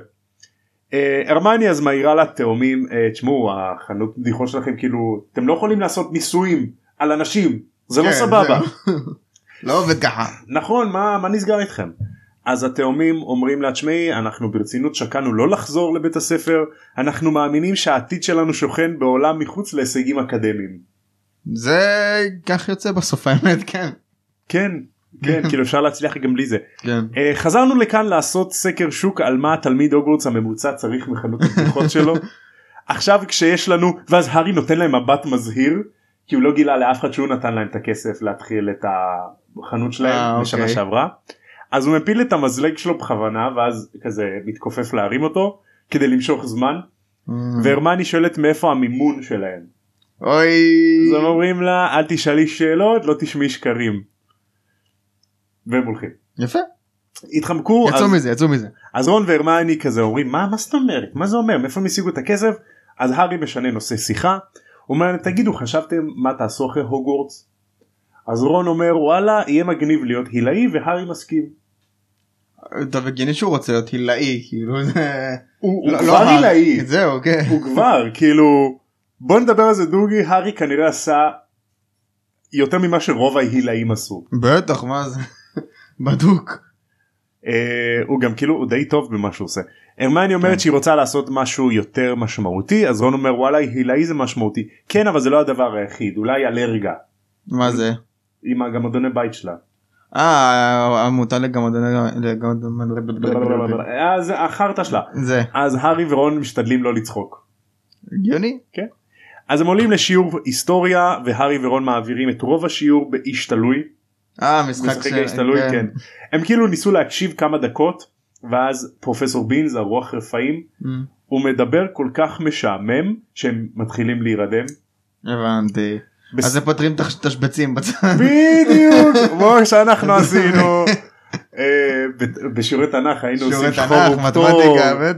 הרמיוני אז מהירה לתאומים, תשמעו, החנות בדיחות שלכם כאילו, אתם לא יכולים לעשות ניסויים על אנשים, זה לא סבבה. לא עובד ככה. נכון, מה נסגר איתכם? אז התאומים אומרים לה, תשמעי, אנחנו ברצינות שקענו לא לחזור לבית הספר, אנחנו מאמינים שהעתיד שלנו שוכן בעולם מחוץ להישגים אקדמיים. זה כך יוצא בסוף האמת, כן. כן, כן, כאילו אפשר להצליח גם בלי זה. כן. חזרנו לכאן לעשות סקר שוק על מה התלמיד הוגוורטס הממוצע צריך מחנות הבדיחות שלו. עכשיו כשיש לנו, ואז הארי נותן להם מבט מזהיר, כי הוא לא גילה לאף אחד שהוא נתן להם את הכסף להתחיל את החנות שלהם בשנה שעברה. אז הוא מפיל את המזלג שלו בכוונה ואז כזה מתכופף להרים אותו כדי למשוך זמן. והרמיוני שואלת מאיפה המימון שלהם. אוי. אז הם אומרים לה אל תשאלי שאלות לא תשמעי שקרים. והם הולכים. יפה. התחמקו. יצאו אז, מזה יצאו מזה. אז רון והרמיוני כזה אומרים מה מה זאת אומרת מה זה אומר מאיפה הם השיגו את הכסף. אז הארי משנה נושא שיחה. הוא אומר תגידו חשבתם מה תעשו אחרי הוגוורטס. אז רון אומר וואלה יהיה מגניב להיות הילאי והארי מסכים. טוב הגיוני שהוא רוצה להיות הילאי כאילו זה... הוא כבר הילאי. זהו כן. הוא כבר כאילו בוא נדבר על זה דוגי, הארי כנראה עשה יותר ממה שרוב ההילאים עשו. בטח מה זה בדוק. הוא גם כאילו הוא די טוב במה שהוא עושה. הרמיוני אומרת שהיא רוצה לעשות משהו יותר משמעותי, אז רון אומר וואלה הילאי זה משמעותי. כן אבל זה לא הדבר היחיד, אולי אלרגה. מה זה? עם הגמדוני בית שלה. אה, עמותה לגמדוני... אז החרטה שלה. זה. אז הארי ורון משתדלים לא לצחוק. הגיוני? כן. אז הם עולים לשיעור היסטוריה והארי ורון מעבירים את רוב השיעור באיש תלוי. אה, משחק של... איש תלוי, כן. הם כאילו ניסו להקשיב כמה דקות, ואז פרופסור בינז, הרוח רפאים, הוא מדבר כל כך משעמם שהם מתחילים להירדם. הבנתי. אז הם פותרים תשבצים בצד. בדיוק, כמו שאנחנו עשינו. בשיעורי תנ"ך היינו עושים שחור ופטור,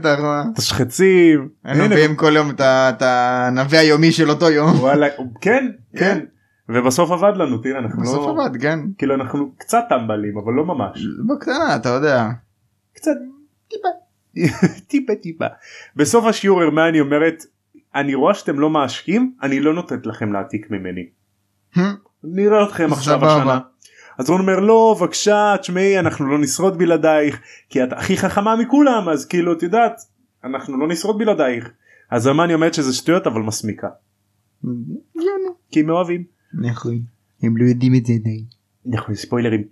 תשחצים. היינו מביאים כל יום את הנביא היומי של אותו יום. כן, כן. ובסוף עבד לנו, תראה, אנחנו לא... בסוף עבד, כן. כאילו אנחנו קצת טמבלים, אבל לא ממש. בקטנה, אתה יודע. קצת, טיפה. טיפה טיפה. בסוף השיעור הרמיוני אומרת, אני רואה שאתם לא מעשקים, אני לא נותנת לכם להעתיק ממני. נראה אתכם עכשיו השנה. אז רון אומר, לא, בבקשה, תשמעי, אנחנו לא נשרוד בלעדייך, כי את הכי חכמה מכולם, אז כאילו, את יודעת, אנחנו לא נשרוד בלעדייך. אז הרמיוני אומרת שזה שטויות, אבל מסמיקה. כי הם אוהבים. נכון, הם לא יודעים את זה די. נכון, ספוילרים.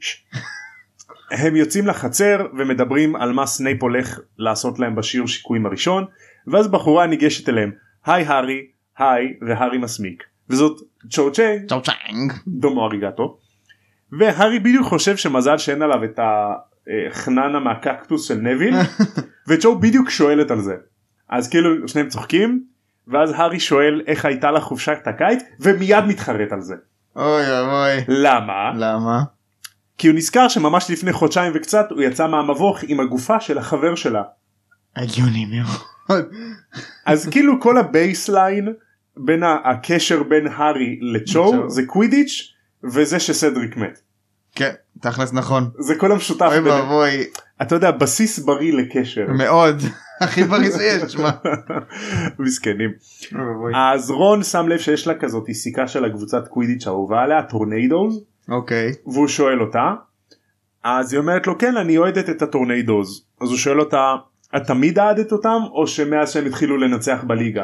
הם יוצאים לחצר ומדברים על מה סנייפ הולך לעשות להם בשיעור שיקויים הראשון, ואז בחורה ניגשת אליהם, היי הארי, היי, והארי מסמיק. וזאת צ'ו צ'אנג, צ'ו צ'אנג, דומו אריגטו. והארי בדיוק חושב שמזל שאין עליו את החננה מהקקטוס של נביל, וצ'ו בדיוק שואלת על זה. אז כאילו שניהם צוחקים, ואז הארי שואל איך הייתה לה חופשת הקיץ, ומיד מתחרט על זה. אוי אוי. למה? למה? כי הוא נזכר שממש לפני חודשיים וקצת הוא יצא מהמבוך עם הגופה של החבר שלה. הגיוני מאוד. אז כאילו כל הבייסליין בין הקשר בין הארי לצ'ו זה קווידיץ' וזה שסדריק מת. כן, תכלס נכון. זה כל המשותף. אוי ואבוי. אתה יודע, בסיס בריא לקשר. מאוד. הכי בריא שיש, מה? מסכנים. אז רון שם לב שיש לה כזאת סיכה של הקבוצת קווידיץ' האהובה עליה, טורניידוז. אוקיי. והוא שואל אותה. אז היא אומרת לו, כן, אני אוהדת את הטורניידוז. אז הוא שואל אותה, את תמיד אהדת אותם, או שמאז שהם התחילו לנצח בליגה?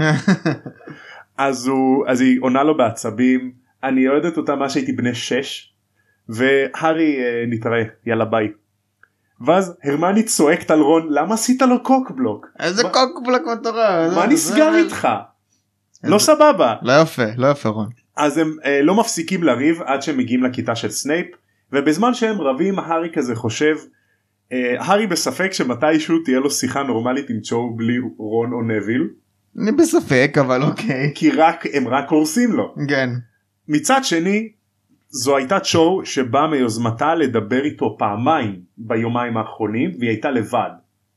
אז, הוא, אז היא עונה לו בעצבים, אני אוהדת אותם מה שהייתי בני שש, והארי אה, נתראה, יאללה ביי. ואז הרמיוני צועקת על רון, למה עשית לו קוקבלוק? איזה קוקבלוק מטורף. מה נסגר איתך? לא סבבה. לא יפה, לא יפה רון. אז הם אה, לא מפסיקים לריב עד שהם מגיעים לכיתה של סנייפ, ובזמן שהם רבים הארי כזה חושב, אה, הארי בספק שמתישהו תהיה לו שיחה נורמלית עם צ'ו בלי רון או נביל. אני בספק אבל אוקיי. כי רק הם רק הורסים לו. כן. מצד שני זו הייתה צ'ו שבאה מיוזמתה לדבר איתו פעמיים ביומיים האחרונים והיא הייתה לבד.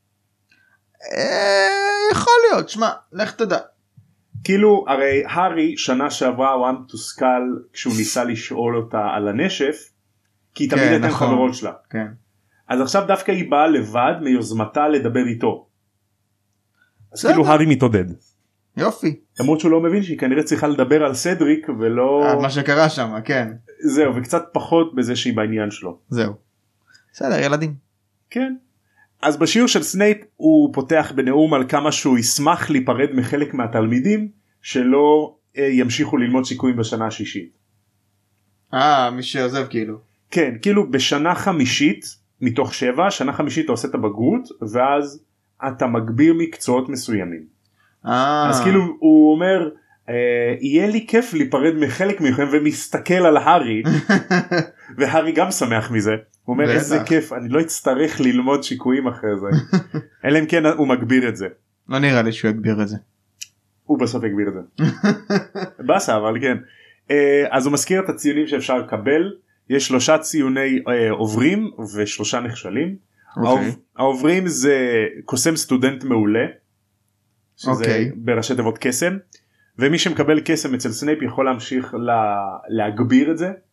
יכול להיות, שמע, לך תדע. כאילו הרי הארי שנה שעברה הוא היה מתוסכל כשהוא ניסה לשאול אותה על הנשף כי תמיד הייתה עם חברות שלה. כן. אז עכשיו דווקא היא באה לבד מיוזמתה לדבר איתו. אז כאילו הארי מתעודד. יופי. למרות שהוא לא מבין שהיא כנראה צריכה לדבר על סדריק ולא... מה שקרה שם, כן. זהו, וקצת פחות בזה שהיא בעניין שלו. זהו. בסדר, ילדים. כן. אז בשיעור של סנייפ הוא פותח בנאום על כמה שהוא ישמח להיפרד מחלק מהתלמידים שלא אה, ימשיכו ללמוד שיקויים בשנה השישית. אה, מי שעוזב כאילו. כן, כאילו בשנה חמישית מתוך שבע, שנה חמישית אתה עושה את הבגרות ואז אתה מגביר מקצועות מסוימים. אה. אז כאילו הוא אומר אה, יהיה לי כיף להיפרד מחלק מכם ומסתכל על הארי והארי גם שמח מזה. הוא אומר איזה כיף אני לא אצטרך ללמוד שיקויים אחרי זה. אלא אם כן הוא מגביר את זה. לא נראה לי שהוא יגביר את זה. הוא בסוף יגביר את זה. בסה אבל כן. אז הוא מזכיר את הציונים שאפשר לקבל. יש שלושה ציוני עוברים ושלושה נכשלים. העוברים זה קוסם סטודנט מעולה. שזה בראשי תיבות קסם. ומי שמקבל קסם אצל סנייפ יכול להמשיך להגביר את זה.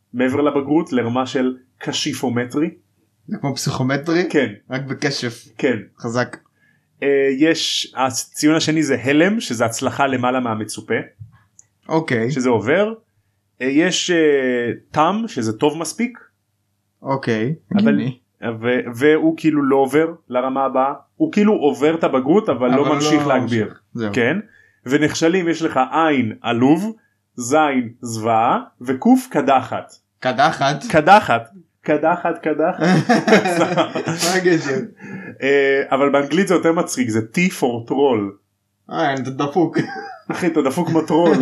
מעבר לבגרות לרמה של קשיפומטרי. זה כמו פסיכומטרי? כן. רק בקשף. כן. חזק. יש, הציון השני זה הלם, שזה הצלחה למעלה מהמצופה. אוקיי. שזה עובר. יש תם, שזה טוב מספיק. אוקיי. אבל, ו- והוא כאילו לא עובר לרמה הבאה. הוא כאילו עובר את הבגרות, אבל, אבל לא ממשיך לא להגביר. זהו. כן. ונכשלים יש לך עין עלוב, זין זוועה, וקוף קדחת. קדחת? קדחת. קדחת קדחת. מה הגשר? אבל באנגלית זה יותר מצחיק, זה T for troll. אה, אתה דפוק. אחי, אתה דפוק כמו טרול.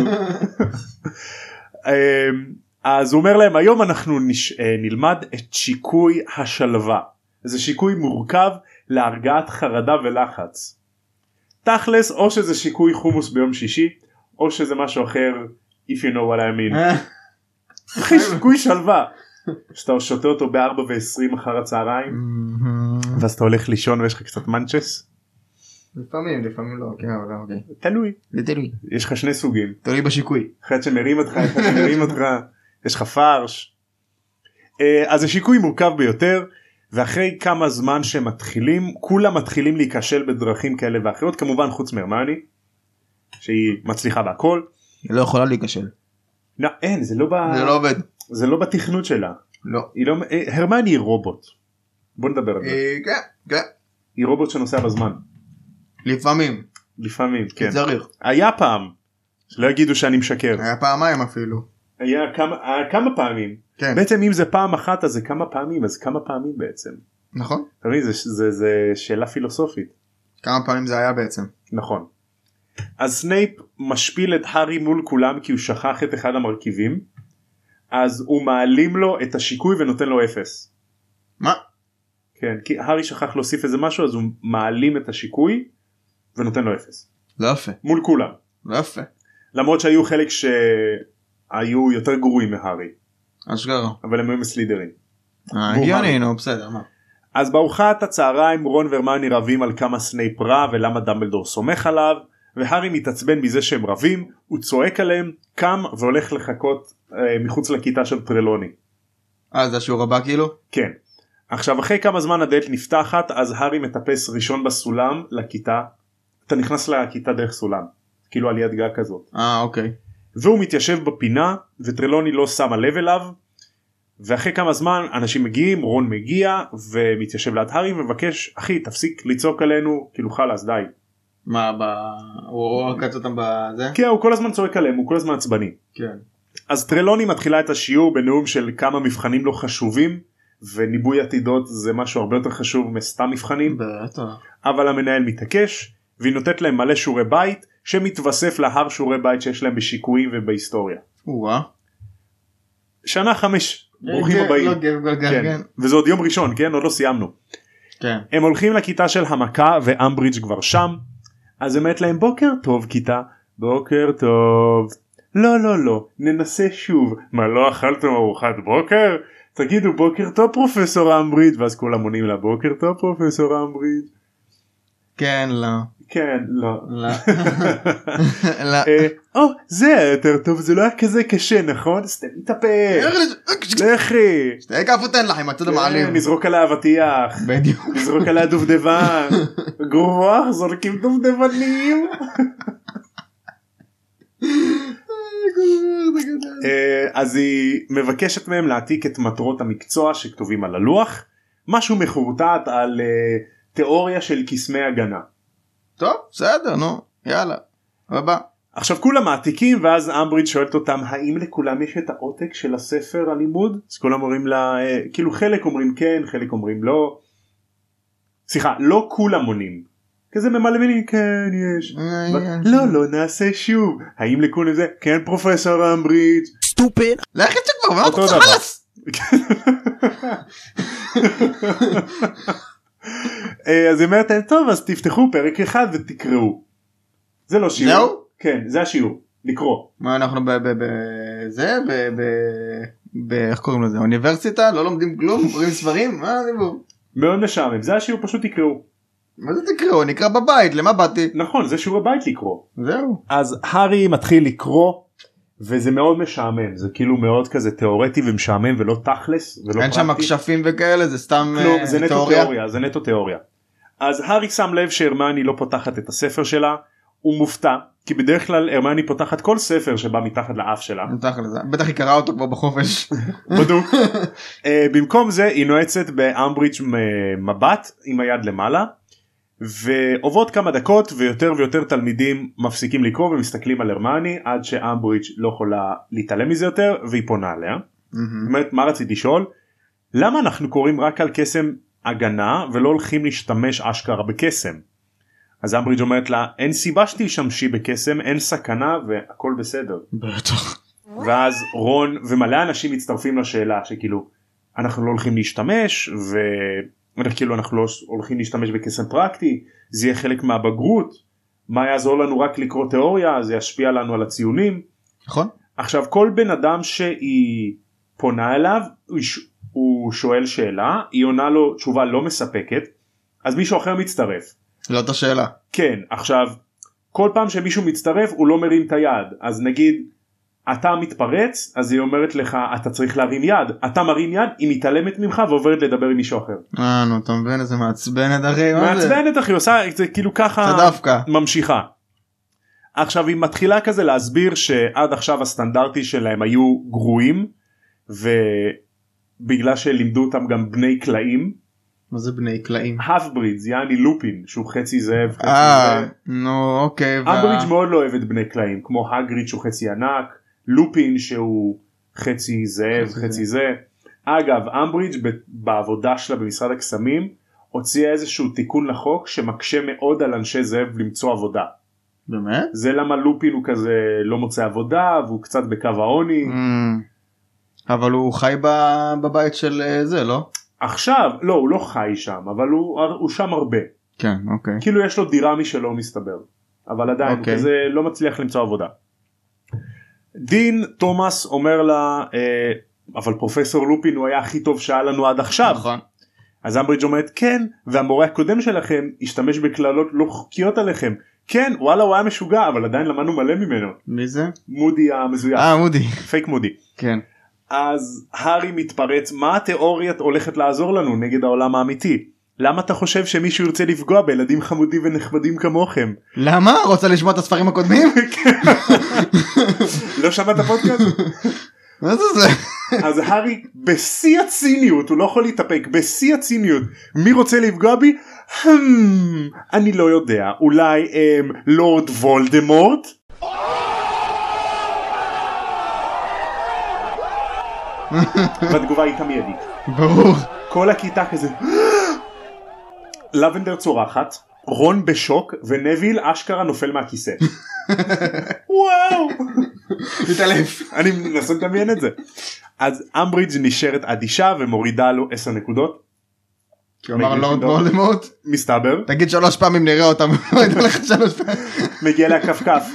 אז הוא אומר להם, היום אנחנו נש... נלמד את שיקוי השלווה. זה שיקוי מורכב להרגעת חרדה ולחץ. תכלס, או שזה שיקוי חומוס ביום שישי, או שזה משהו אחר, if you know what I mean. אחי, שיקוי שלווה. שאתה שותה אותו ב-ארבע ועשרים אחר הצהריים, ואז אתה הולך לישון ויש לך קצת מנצ'ס. לפעמים, לפעמים לא, כן, אבל אוקיי. תלוי. זה תלוי. יש לך שני סוגים. תלוי בשיקוי. אחד שמרים אותך, אחד שמרים אותך, יש לך פרש. אז זה שיקוי מורכב ביותר, ואחרי כמה זמן שמתחילים, כולם מתחילים להיכשל בדרכים כאלה ואחרות, כמובן חוץ מהרמיוני, שהיא מצליחה בהכל. היא לא יכולה להיכשל. לא, אין, זה לא ב... זה לא עובד. זה לא בתכנות שלה. לא. היא לא... הרמיוני היא רובוט. בוא נדבר על זה. כן, כן. היא רובוט שנוסע בזמן. לפעמים. לפעמים, כן. צריך. היה פעם, שלא יגידו שאני משקר. היה פעמיים אפילו. היה כמה, היה כמה פעמים. כן. בעצם אם זה פעם אחת אז זה כמה פעמים, אז כמה פעמים בעצם. נכון. אתה מבין, זה, זה, זה שאלה פילוסופית. כמה פעמים זה היה בעצם. נכון. אז סנייפ משפיל את הארי מול כולם כי הוא שכח את אחד המרכיבים, אז הוא מעלים לו את השיקוי ונותן לו אפס. מה? כן, כי הארי שכח להוסיף איזה משהו, אז הוא מעלים את השיקוי ונותן לו אפס. לא יפה. מול כולם. לא יפה. למרות שהיו חלק שהיו יותר גרועים מהארי. אשכרה. אבל הם היו מסלידרים. אה, הגיוני, נו, בסדר, מה? אז בארוחת הצהריים רון והרמיוני רבים על כמה סנייפ רע ולמה דמבלדור סומך עליו, והארי מתעצבן מזה שהם רבים, הוא צועק עליהם, קם והולך לחכות אה, מחוץ לכיתה של טרלוני. אה, זה השיעור הבא כאילו? כן. עכשיו אחרי כמה זמן הדלת נפתחת, אז הארי מטפס ראשון בסולם לכיתה. אתה נכנס לכיתה דרך סולם, כאילו על יד גג כזאת. אה, אוקיי. והוא מתיישב בפינה, וטרלוני לא שמה לב אליו, ואחרי כמה זמן אנשים מגיעים, רון מגיע, ומתיישב ליד הארי ומבקש, אחי תפסיק לצעוק עלינו, כאילו חלאס די. מה, ב... הוא עקץ אותם בזה? כן, הוא כל הזמן צועק עליהם, הוא כל הזמן עצבני. כן. אז טרלוני מתחילה את השיעור בנאום של כמה מבחנים לא חשובים, וניבוי עתידות זה משהו הרבה יותר חשוב מסתם מבחנים. בטח. אבל המנהל מתעקש, והיא נותנת להם מלא שיעורי בית, שמתווסף להר שיעורי בית שיש להם בשיקויים ובהיסטוריה. וואה. שנה חמש, ברוכים הבאים. וזה עוד יום ראשון, כן? עוד לא סיימנו. כן. הם הולכים לכיתה של המכה, ואמברידג' כבר שם, אז אמרת להם בוקר טוב כיתה, בוקר טוב. לא לא לא, ננסה שוב. מה, לא אכלתם ארוחת בוקר? תגידו בוקר טוב פרופסור אמברידג', ואז כולם עונים לה בוקר טוב פרופסור אמברידג'. כן, לא. כן, לא. לא. או, זה היה יותר טוב, זה לא היה כזה קשה, נכון? סתם מתאפק. לכי. שתי כאפות תן לך עם הצד המעלים. נזרוק עליה אבטיח. בדיוק. נזרוק עליה דובדבן. גרוח, זורקים דובדבנים. אז היא מבקשת מהם להעתיק את מטרות המקצוע שכתובים על הלוח, משהו מחורטט על תיאוריה של קסמי הגנה. טוב, בסדר, נו, יאללה, הבא. עכשיו כולם מעתיקים, ואז אמברידג' שואלת אותם האם לכולם יש את העותק של הספר הלימוד? אז כולם אומרים לה, כאילו חלק אומרים כן, חלק אומרים לא. סליחה, לא כולם עונים. כזה ממלמלים, כן יש. לא לא, נעשה שוב. האם לכולם זה? כן פרופסור אמברידג'. סטופד. לך את זה כבר, מה אתה רוצה חלס? אז היא אומרת, טוב אז תפתחו פרק אחד ותקראו. זה לא שיעור. זהו? כן, זה השיעור, לקרוא. מה אנחנו בזה? איך קוראים לזה? אוניברסיטה? לא לומדים כלום? קוראים ספרים? מה הדיבור? מאוד משעמם, זה השיעור, פשוט תקראו. מה זה תקראו? נקרא בבית, למה באתי? נכון, זה שיעור הבית לקרוא. זהו. אז הארי מתחיל לקרוא, וזה מאוד משעמם, זה כאילו מאוד כזה תיאורטי ומשעמם ולא תכלס ולא פרקטי. אין שם כשפים וכאלה, זה סתם כלום, זה נטו תיאוריה. תיאוריה, זה נטו תיאוריה. אז הארי שם לב שהרמני לא פותחת את הספר שלה, הוא מופתע, כי בדרך כלל הרמני פותחת כל ספר שבא מתחת לאף שלה. בטח היא קראה אותו כבר בחופש. בדוק. במקום זה היא נועצת באמברידג' מבט עם היד למעלה, ועוברות כמה דקות ויותר ויותר תלמידים מפסיקים לקרוא ומסתכלים על הרמני, עד שאמברידג' לא יכולה להתעלם מזה יותר והיא פונה עליה. זאת אומרת, מה רציתי לשאול? למה אנחנו קוראים רק על קסם הגנה ולא הולכים להשתמש אשכרה בקסם? אז אמברידג' אומרת לה, אין סיבה שתשתמשי בקסם, אין סכנה והכל בסדר. בטח. ואז רון ומלא אנשים מצטרפים לשאלה שכאילו אנחנו לא הולכים להשתמש, וכאילו אנחנו לא הולכים להשתמש בקסם פרקטי, זה יהיה חלק מהבגרות, מה יעזור לנו רק לקרוא תיאוריה, זה ישפיע לנו על הציונים. נכון. עכשיו כל בן אדם שהיא פונה אליו הוא שואל שאלה, היא עונה לו תשובה לא מספקת, אז מישהו אחר מצטרף. לא את השאלה. כן, עכשיו כל פעם שמישהו מצטרף הוא לא מרים את היד, אז נגיד אתה מתפרץ, אז היא אומרת לך אתה צריך להרים יד, אתה מרים יד, היא מתעלמת ממך ועוברת לדבר עם מישהו אחר. אה נו, אתה מבין איזה מעצבנת אחי. מעצבנת אחי, עושה זה כאילו ככה ממשיכה. עכשיו היא מתחילה כזה להסביר שעד עכשיו הסטנדרטי שלהם היו גרועים, ובגלל שלימדו אותם גם בני קלעים. מה זה בני קלעים? האף-ברידס, יעני לופין, שהוא חצי זאב, חצי אה, זאב. נו אוקיי. אמברידג' מאוד לא אוהב את בני קלעים, כמו הגריד שהוא חצי ענק, לופין שהוא חצי זאב, חצי זה. אגב, אמברידג' בעבודה שלה במשרד הקסמים, הוציאה איזשהו תיקון לחוק שמקשה מאוד על אנשי זאב למצוא עבודה. באמת? זה למה לופין הוא כזה לא מוצא עבודה, והוא קצת בקו העוני. אבל הוא חי בבית של זה, לא? עכשיו, לא, הוא לא חי שם, אבל הוא, הוא שם הרבה. כן, אוקיי. כאילו יש לו דירה משלו מסתבר, אבל עדיין אוקיי. הוא כזה לא מצליח למצוא עבודה. דין תומאס אומר לה, אה, אבל פרופסור לופין הוא היה הכי טוב שהיה לנו עד עכשיו. נכון. אז אמברידג' אומרת כן, והמורה הקודם שלכם השתמש בכללות לא חוקיות עליכם. כן, וואלה הוא היה משוגע, אבל עדיין למדנו מלא ממנו. מי זה? מודי המזויף. אה, מודי. פייק מודי. כן. אז הארי מתפרץ, מה התיאוריה הולכת לעזור לנו נגד העולם האמיתי? למה אתה חושב שמישהו ירצה לפגוע בילדים חמודים ונחמדים כמוכם? למה? רוצה לשמוע את הספרים הקודמים? לא שמעת הפודקאסט? מה זה זה? אז הארי בשיא הציניות, הוא לא יכול להתאפק, בשיא הציניות, מי רוצה לפגוע בי? אני לא יודע, אולי לורד וולדמורט? והתגובה הייתה מיידית. ברור. כל הכיתה כזה. לבנדר צורחת, רון בשוק ונביל אשכרה נופל מהכיסא. וואו. מתעלף. אני מנסה לדמיין את זה. אז אמברידג' נשארת אדישה ומורידה לו עשר נקודות. כי הוא אמר לורד וולדמורט. מסתבר. תגיד שלוש פעמים נראה אותם. מגיע לה כף כף.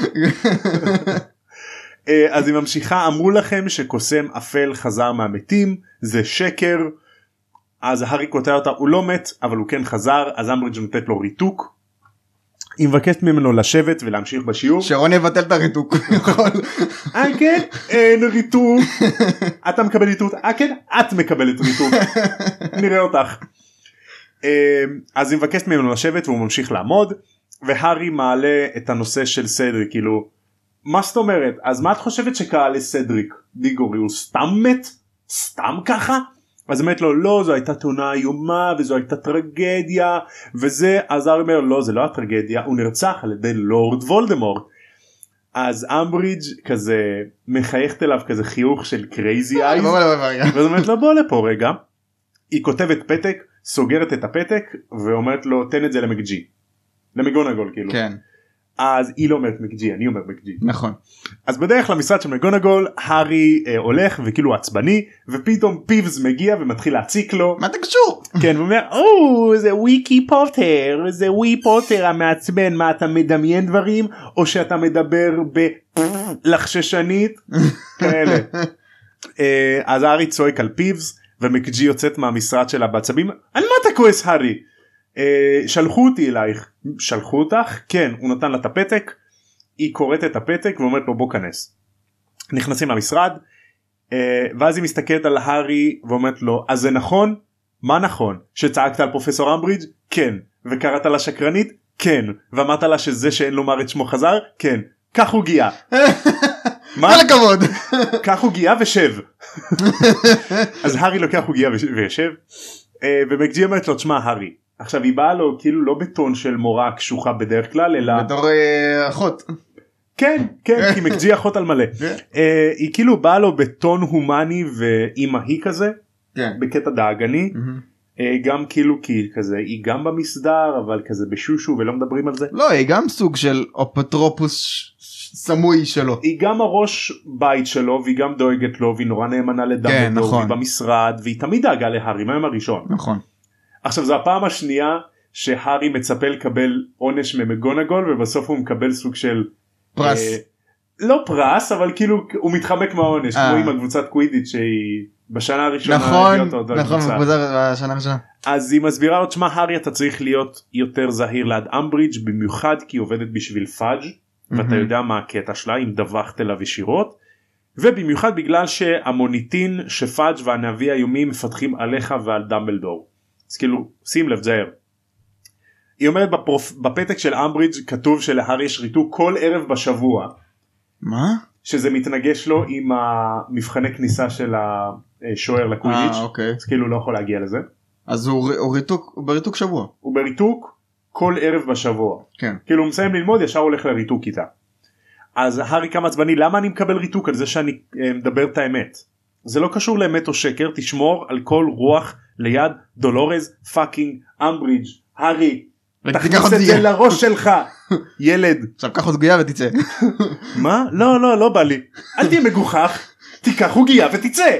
אז היא ממשיכה, אמרו לכם שקוסם אפל חזר מהמתים, זה שקר. אז הארי קוטע אותה, הוא לא מת אבל הוא כן חזר, אז אמברידג' נותנת לו ריתוק. היא מבקשת ממנו לשבת ולהמשיך בשיעור. שרון יבטל את הריתוק. אה כן, אין ריתוק. אתה מקבל ריתוק, אה כן, את מקבלת ריתוק. נראה אותך. אז היא מבקשת ממנו לשבת והוא ממשיך לעמוד, והארי מעלה את הנושא של סדריק, כאילו, מה זאת אומרת? אז מה את חושבת שקרה לסדריק? דיגורי, הוא סתם מת? סתם ככה? אז באמת לו, לא, זו הייתה תאונה איומה וזו הייתה טרגדיה וזה, אז הארי אומר, לא, זה לא הטרגדיה, הוא נרצח על ידי לורד וולדמורט. אז אמברידג' כזה מחייכת אליו כזה חיוך של קרייזי אייז, ואז אומרת לו, בוא לפה רגע. היא כותבת פתק, סוגרת את הפתק ואומרת לו, תן את זה למקג'י, למגונגול כאילו. כן. אז היא לא אומרת מקג'י, אני אומר מקג'י. נכון. אז בדרך למשרד של מגונגול, הארי אה, הולך וכאילו עצבני, ופתאום פיבס מגיע ומתחיל להציק לו. מה אתה קשור? כן, הוא אומר, או, זה וויקי פוטר, זה ווי פוטר המעצבן, מה אתה מדמיין דברים, או שאתה מדבר בלחששנית, כאלה. אה, אז הארי צועק על פיבס, ומקג'י יוצאת מהמשרד שלה בעצבים, על מה אתה כועס הארי? Uh, שלחו אותי אלייך. שלחו אותך? כן. הוא נתן לה את הפתק, היא קוראת את הפתק ואומרת לו בוא כנס. נכנסים למשרד ואז היא מסתכלת על הארי ואומרת לו אז זה נכון? מה נכון? שצעקת על פרופסור אמברידג'? כן. וקראת לה שקרנית? כן. ואמרת לה שזה שאין לומר את שמו חזר? כן. כך הוא גיאה. כל הכבוד. כך הוא גיאה ושב. אז הארי לוקח הוא גיאה וישב ומקג'י אומרת לו תשמע הארי עכשיו היא באה לו כאילו לא בטון של מורה קשוחה בדרך כלל אלא בתור אחות. כן כן כי מקג'י אחות על מלא. היא כאילו באה לו בטון הומני ואימהי כזה בקטע דאגני גם כאילו כי כזה היא גם במסדר אבל כזה בשושו ולא מדברים על זה. לא היא גם סוג של אפוטרופוס סמוי שלו. היא גם הראש בית שלו והיא גם דואגת לו והיא נורא נאמנה לדמבלדור והיא במשרד והיא תמיד דאגה להארי מהיום הראשון. נכון. עכשיו זו הפעם השנייה שהארי מצפה לקבל עונש ממגונגול ובסוף הוא מקבל סוג של פרס. אה, לא פרס אבל כאילו הוא מתחמק מהעונש כמו עם הקבוצת קווידיץ' שהיא בשנה הראשונה. נכון נכון בשנה הראשונה. אז היא מסבירה לו תשמע הארי אתה צריך להיות יותר זהיר ליד אמברידג' במיוחד כי היא עובדת בשביל פאג' ואתה יודע מה הקטע שלה אם דווחת אליו ישירות ובמיוחד בגלל שהמוניטין שפאג' והנביא היומי מפתחים עליך ועל דמבלדור. אז כאילו שים לב זהר. היא אומרת בפרופ... בפתק של אמברידג' כתוב שלהארי יש ריתוק כל ערב בשבוע. מה? שזה מתנגש לו עם המבחני כניסה של השוער לקווידיץ'. אה אוקיי. אז כאילו לא יכול להגיע לזה. אז הוא, הוא, ריתוק, הוא בריתוק שבוע. הוא בריתוק כל ערב בשבוע. כן. כאילו הוא מסיים ללמוד ישר הולך לריתוק איתה. אז הארי כמה עצבני למה אני מקבל ריתוק על זה שאני מדבר את האמת. זה לא קשור לאמת או שקר תשמור על כל רוח ליד דולורז פאקינג אמברידג' הארי. תכניס את זה לראש שלך ילד. עכשיו קח עוגיה ותצא. מה? לא לא לא בא לי. אל תהיה מגוחך. תיקח עוגיה ותצא.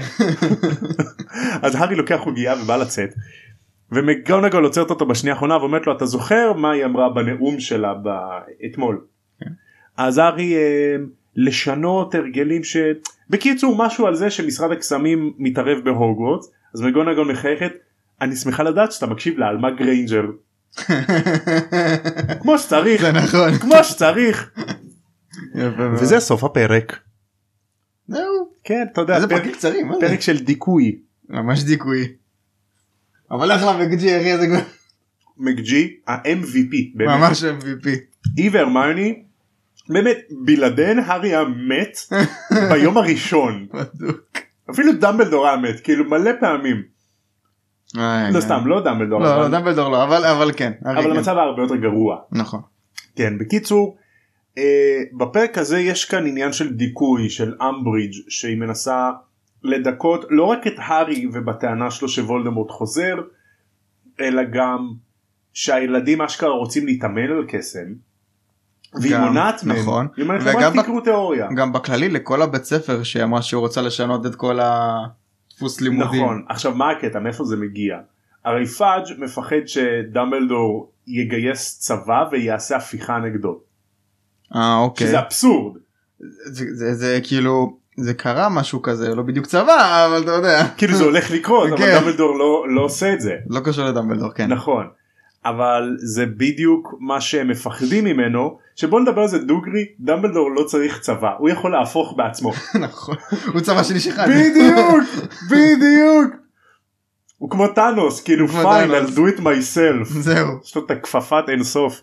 אז הארי לוקח עוגיה ובא לצאת. ומגונגול עוצרת אותו בשנייה האחרונה ואומרת לו אתה זוכר מה היא אמרה בנאום שלה אתמול. אז הארי לשנות הרגלים ש... בקיצור משהו על זה שמשרד הקסמים מתערב בהוגוורטס. אז מגונגול מחייכת אני שמחה לדעת שאתה מקשיב לאלמה גריינג'ר. כמו שצריך. זה נכון. כמו שצריך. וזה סוף הפרק. זהו. כן אתה יודע. איזה פרקים קצרים. פרק של דיכוי. ממש דיכוי. אבל אחלה מקג'י אחי איזה כבר. מקג'י ה-אם וי פי. ממש אם וי פי. היא והרמיוני באמת בלעדיהן הארי המת ביום הראשון. אפילו דמבלדור המת כאילו מלא פעמים. לא סתם לא דמבלדור. לא דמבלדור לא אבל אבל כן. אבל המצב הרבה יותר גרוע. נכון. כן בקיצור בפרק הזה יש כאן עניין של דיכוי של אמברידג' שהיא מנסה לדכות לא רק את הארי ובטענה שלו שוולדמורט חוזר אלא גם שהילדים אשכרה רוצים להתאמן על קסם. והיא מונעת מהם. נכון. היא אומרת למה תקראו תיאוריה. גם בכללי לכל הבית ספר שהיא אמרה שהוא רוצה לשנות את כל הדפוס לימודים. נכון. עכשיו מה הקטע? מאיפה זה מגיע? הרי פאג' מפחד שדמבלדור יגייס צבא ויעשה הפיכה נגדו. אה אוקיי. שזה אבסורד. זה, זה, זה כאילו זה קרה משהו כזה לא בדיוק צבא אבל אתה יודע. כאילו זה הולך לקרות אבל דמבלדור לא, לא עושה את זה. לא קשור לדמבלדור כן. נכון. אבל זה בדיוק מה שהם מפחדים ממנו שבוא נדבר על זה דוגרי דמבלדור לא צריך צבא הוא יכול להפוך בעצמו. נכון. הוא צבא של איש אחד. בדיוק בדיוק. הוא כמו טאנוס כאילו fine I'll do it myself. זהו. יש לו את הכפפת אינסוף.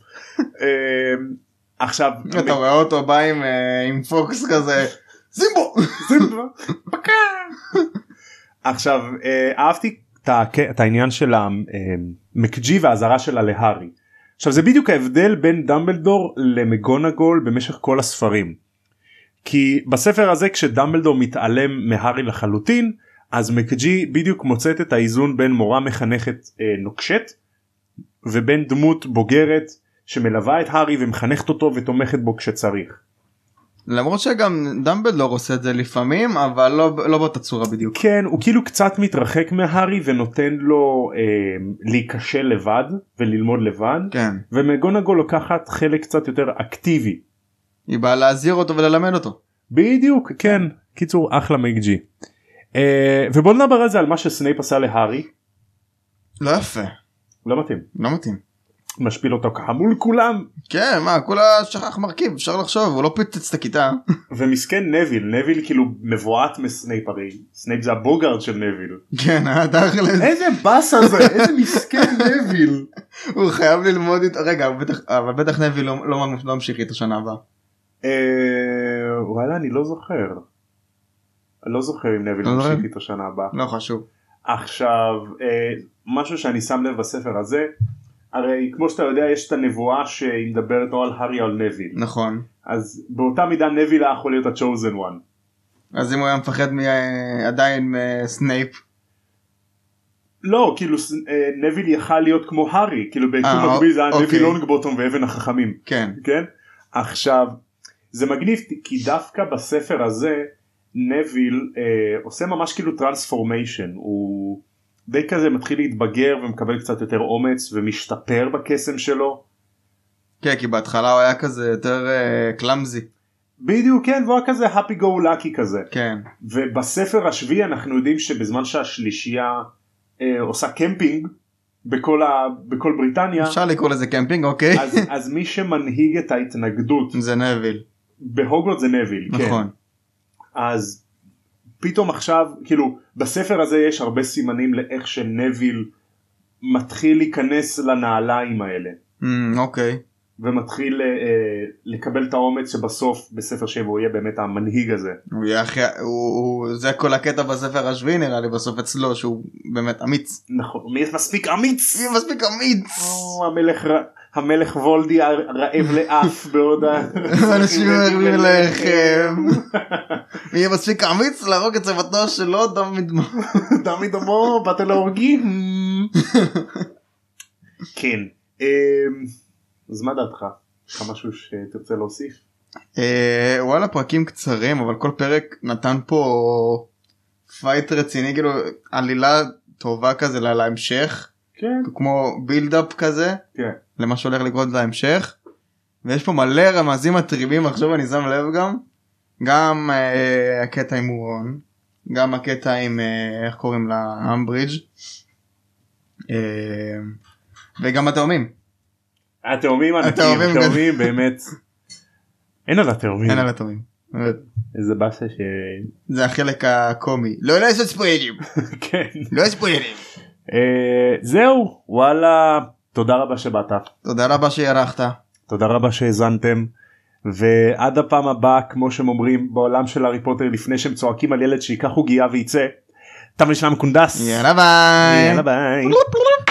עכשיו אתה רואה אותו בא עם, עם פוקס כזה זימבו זימבו פקה. עכשיו אהבתי את העניין של המקג'י והזרה שלה להארי. עכשיו זה בדיוק ההבדל בין דמבלדור למגונגול במשך כל הספרים. כי בספר הזה כשדמבלדור מתעלם מהארי לחלוטין אז מקג'י בדיוק מוצאת את האיזון בין מורה מחנכת נוקשת ובין דמות בוגרת שמלווה את הארי ומחנכת אותו ותומכת בו כשצריך. למרות שגם דמבלדור עושה את זה לפעמים אבל לא, לא באותה צורה בדיוק. כן הוא כאילו קצת מתרחק מהארי ונותן לו אה, להיכשל לבד וללמוד לבד. כן. ומגונגול לוקחת חלק קצת יותר אקטיבי. היא באה להזהיר אותו וללמד אותו. בדיוק כן קיצור אחלה מקג'י. אה, ובוא נדבר על זה על מה שסנייפ עשה להארי. לא יפה. לא מתאים. לא מתאים. משפיל אותו ככה מול כולם. כן, מה, כולה שכח מרכיב, אפשר לחשוב, הוא לא פיצץ את הכיתה. ומסכן נביל, נביל כאילו מבועת מסנייפ, הרי סנייפ זה הבוגארד של נביל. כן, אה, תכלס. איזה באסה זה, איזה מסכן נביל. הוא חייב ללמוד איתו, רגע, אבל בטח- אבל בטח נביל לא- לא לא ממשיך איתו שנה הבאה. אה, וואלה אני לא זוכר. אני לא זוכר אם נביל לא זוכר? ממשיך איתו שנה הבאה. לא חשוב. עכשיו אה, משהו שאני שם לב בספר הזה, הרי כמו שאתה יודע יש את הנבואה שהיא מדברת או על הארי או על נביל, נכון. אז באותה מידה נביל היה יכול להיות ה-chosen one. אז אם הוא היה מפחד מ- עדיין מסנייפ. לא כאילו ס- אה, נביל יכל להיות כמו הארי, כאילו ביקום אה, מקביל זה היה אוקיי. נביל לונגבוטום ואבן החכמים. כן. כן? עכשיו זה מגניב כי דווקא בספר הזה נביל אה, עושה ממש כאילו טרנספורמיישן, הוא די כזה מתחיל להתבגר ומקבל קצת יותר אומץ ומשתפר בקסם שלו. כן, כי בהתחלה הוא היה כזה יותר קלאמזי. בדיוק כן, והוא היה כזה happy go lucky כזה. כן. ובספר השביעי אנחנו יודעים שבזמן שהשלישייה אה, עושה קמפינג בכל, ה, בכל בריטניה, אפשר לקרוא לזה קמפינג, אוקיי. אז, אז מי שמנהיג את ההתנגדות זה נביל. בהוגוורט זה נביל. נכון. כן. אז פתאום עכשיו כאילו בספר הזה יש הרבה סימנים לאיך שנביל מתחיל להיכנס לנעליים האלה Mm, אוקיי. ומתחיל אה, לקבל את האומץ שבסוף בספר שבע הוא יהיה באמת המנהיג הזה. הוא יהיה הכי, הוא, הוא, זה כל הקטע בספר השביעי נראה לי בסוף אצלו שהוא באמת אמיץ. נכון, מי מספיק אמיץ? הוא מספיק אמיץ. או, המלך ר- המלך וולדי הרעב לאף בעוד אנשים אומרים לכם. מי יהיה מספיק אמיץ להרוג את צוותו שלו דוד מו. דוד אמו באת להורגים. כן. אמ, אז מה דעתך? יש לך משהו שתרצה להוסיף? אה, וואלה, פרקים קצרים אבל כל פרק נתן פה פייט רציני, כאילו עלילה טובה כזה לה- להמשך, כן. כמו בילדאפ כזה כן. למה שהולך לקרות להמשך, ויש פה מלא רמזים מטריבים. עכשיו אני שם לב גם גם אה, הקטע עם אורון, גם הקטע עם אה, איך קוראים לה, אמברידג', אה, וגם התאומים. התאומים ענקים, התאומים גם. התאומים באמת. אין על התאומים. אין על התאומים. איזה באסה ש... זה החלק הקומי. לא לעשות ספוילרים. כן. לא ספוילרים. אה, זהו, וואלה, תודה רבה שבאת. תודה רבה שירחת. תודה רבה שהאזנתם. ועד הפעם הבאה, כמו שהם אומרים בעולם של הארי פוטר, לפני שהם צועקים על ילד שיקח עוגייה וייצא, תם לשלם קונדס. יאללה ביי. יאללה ביי.